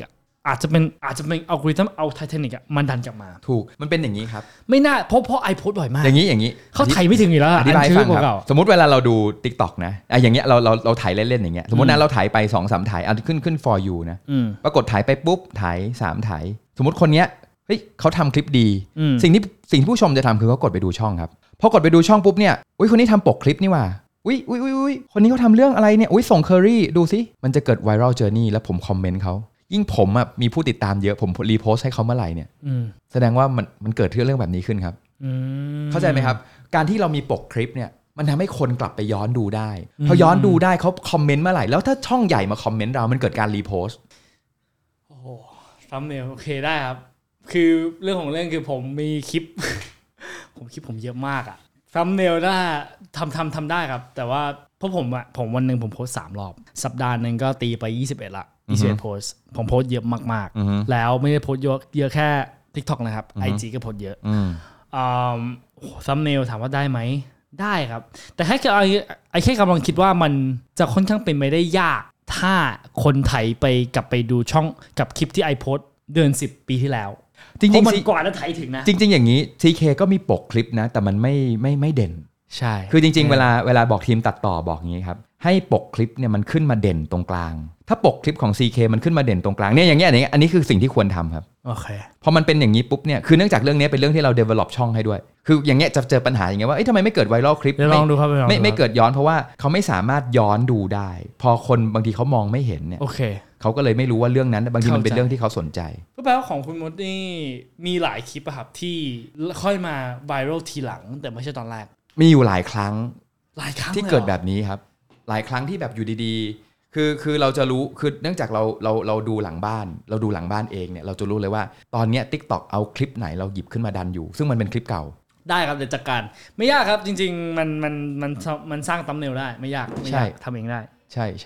อาจจะเป็นอัลกอริทึมเอาไททานิกอ่ะมันดันกลับมาถูกมันเป็นอย่างนี้ครับไม่น่าเพราะไอโพสบ่อยมากอย่างนี้เขาไถไม่ถึงอยู่แล้วอธิบายให้ฟังครับสมมติเวลาเราดู TikTok นะอย่างเงี้ยเราถ่ายเล่นๆอย่างเงี้ยสมมตินะเราถ่ายไป 2-3 ถ่ายขึ้น for you นะปรากฏถ่ายไปปุ๊บถ่าย3ถ่ายสมมติคนเนี้ยเฮ้ยเขาทำคลิปดีสิ่งที่ผู้ชมจะทำคือเขากดไปดูช่องครับพอกดไปดูช่องปุ๊บเนี่ยอุ้ยคนนี้ทำปกคลิปนี่ว่าอุ้ยคนนี้เขาทำเรื่องอะไรเนี่ยอุ้ยส่งเคอรี่ดูสิมันจะเกิด viral journey แล้วผมคอมเมนต์เขายิ่งผมอ่ะมีผู้ติดตามเยอะผมรีโพสต์ให้เขาเมื่อไหร่เนี่ยแสดงว่ามันเกิดเรื่องแบบนี้ขึ้นครับเข้าใจไหมครับการที่เรามีปกคลิปเนี่ยมันทำให้คนกลับไปย้อนดูได้พอย้อนดูได้เขาคอมเมนต์เมื่อไหร่แล้วถ้าช่องใหญ่มาคอมเมนต์เรามันเกิดการรีโพสต์โอ้โหซัมเนลโอเคได้ครับคือเรื่องของเรื่องคือผมมีคลิป ผมเยอะมากอะซัมเนลน่าทำได้ครับแต่ว่าเพราะผมวันนึงผมโพสต์3 รอบสัปดาห์นึงก็ตีไป21ละ21โพสต์ผมโพสต์เยอะมากๆแล้วไม่ได้โพสต์เยอะแค่ TikTok นะครับ IG ก็โพสต์เยอะซัมเนลถามว่าได้ไหมได้ครับแต่แค่กำลังคิดว่ามันจะค่อนข้างเป็นไปได้ยากถ้าคนไทยไปกลับไปดูช่องกับคลิปที่ไอโพสต์เดือน10 ปีที่แล้วจริงๆมันกว่าจะไทยถึงนะจริงๆอย่างนี้ TK ก็มีปกคลิปนะแต่มันไม่เด่นใช่คือจริงๆเวลาบอกทีมตัดต่อบอกอย่างนี้ครับให้ปกคลิปเนี่ยมันขึ้นมาเด่นตรงกลางถ้าปกคลิปของ CK มันขึ้นมาเด่นตรงกลางเนี่ยอย่างเงี้ยอันนี้คือสิ่งที่ควรทำครับโอเคพอมันเป็นอย่างนี้ปุ๊บเนี่ยคือเนื่องจากเรื่องนี้เป็นเรื่องที่เรา develop ช่องให้ด้วยคืออย่างเงี้ยจะเจอปัญหาอย่างเงี้ยว่าทำไมไม่เกิด viral คลิปไม่เกิดย้อนเพราะว่าเขาไม่สามารถย้อนดูได้พอคนบางทีเขามองไม่เห็นเนี่ยโอเคเขาก็เลยไม่รู้ว่าเรื่องนั้นบางทีมันเป็นเรื่องที่เขาสนใจก็แปลว่าของคุณมดนี่มีหลายคลิปอะครับที่ค่อยมาไวรัลทีหลังแต่ไม่ใช่ตอนแรกมีอยู่หลายครั้งที่เกิดแบบนี้ครับหลายครั้งที่แบบอยู่ดีๆคือเราจะรู้คือเนื่องจากเราดูหลังบ้านเราดูหลังบ้านเองเนี่ยเราจะรู้เลยว่าตอนเนี้ย TikTok เอาคลิปไหนเราหยิบขึ้นมาดันอยู่ซึ่งมันเป็นคลิปเก่าได้ครับเดี๋ยวจัดการไม่ยากครับจริงๆมันสร้างตัมเนลได้ไม่ยากทำเองได้ใช่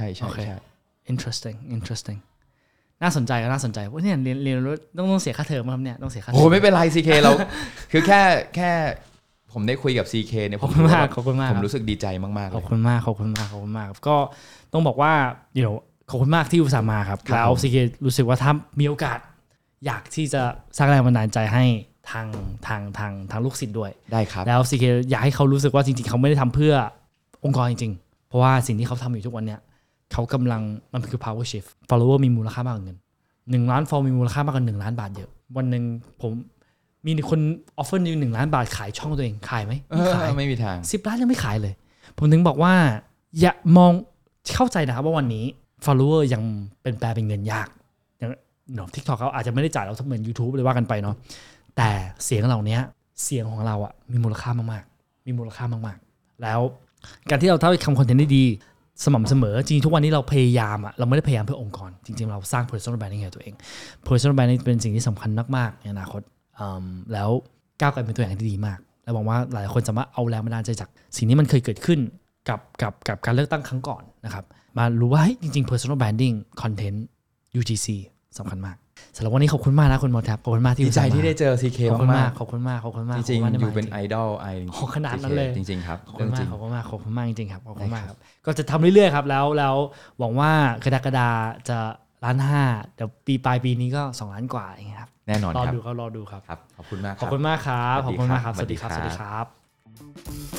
interesting น่าสนใจว่าเนี่ยเรียนรู้ต้องเสียค่าเทอมมั้ยครับเนี่ยต้องเสียค่าเทอมโอ้ไม่เป็นไร CK เราคือแค่ผมได้คุยกับ CK เนี่ยขอบคุณมากผมรู้สึกดีใจมากๆขอบคุณมากก็ต้องบอกว่าขอบคุณมากที่อุตส่าห์มาครับแล้ว CK รู้สึกว่าถ้ามีโอกาสอยากที่จะสร้างแรงบันดาลใจให้ทางลูกศิษย์ด้วยได้ครับแล้ว CK อยากให้เขารู้สึกว่าจริงๆเขาไม่ได้ทำเพื่อองค์กรจริงๆเพราะว่าสิ่งที่เขาทำอยู่ทุกวันเนี้ยเขากำลังมันคือ power shift follower มีมูลค่ามากกว่าเงิน1 ล้าน follower มีมูลค่ามากกว่า1 ล้านบาทเยอะวันนึงผมมีคนออฟเฟอร์นิว1 ล้านบาทขายช่องตัวเองขายไหมไม่มีทาง 10 ล้านยังไม่ขายเลยผมถึงบอกว่าอย่ามองเข้าใจนะครับว่าวันนี้ follower ยังเป็นแปลเป็นเงินยากอย่างTikTok เขาอาจจะไม่ได้จ่ายเราเหมือน YouTube เลยว่ากันไปเนาะแต่เสียงเหล่านี้เสียงของเราอ่ะมีมูลค่ามากๆแล้วการที่เราทำคอนเทนต์ได้ดีสม่ำเสมอจริงทุกวันนี้เราพยายามเราไม่ได้พยายามเพื่อองค์กรจริงๆเราสร้าง personal branding ให้ตัวเอง personal branding เป็นสิ่งที่สำคัญมากๆในอนาคตแล้วก้าวไกลเป็นตัวอย่างที่ดีมากและหวังว่าหลายคนสามารถเอาแรงบันดาลใจจากสิ่งนี้มันเคยเกิดขึ้นกับการเลือกตั้งครั้งก่อนนะครับมารู้ว่าจริงๆ personal branding content UGC สำคัญมากสำหรับวันนี้ขอบคุณมากนะคุณมดครับขอบคุณมากที่ดีใจที่ได้เจอ CK มากขอบคุณมากจริงๆอยู่เป็นไอดอลขนาดนั้นเลยจริงๆครับขอบคุณมากจริงๆครับขอบคุณมากครับก็จะทำเรื่อยๆครับแล้วหวังว่ากระดาจะ1.5 ล้านเดี๋ยวปลายปีนี้ก็2 ล้านกว่าอย่างเงี้ยครับแน่นอนครับรอดูครับขอบคุณมากครับขอบคุณมากครับสวัสดีครับ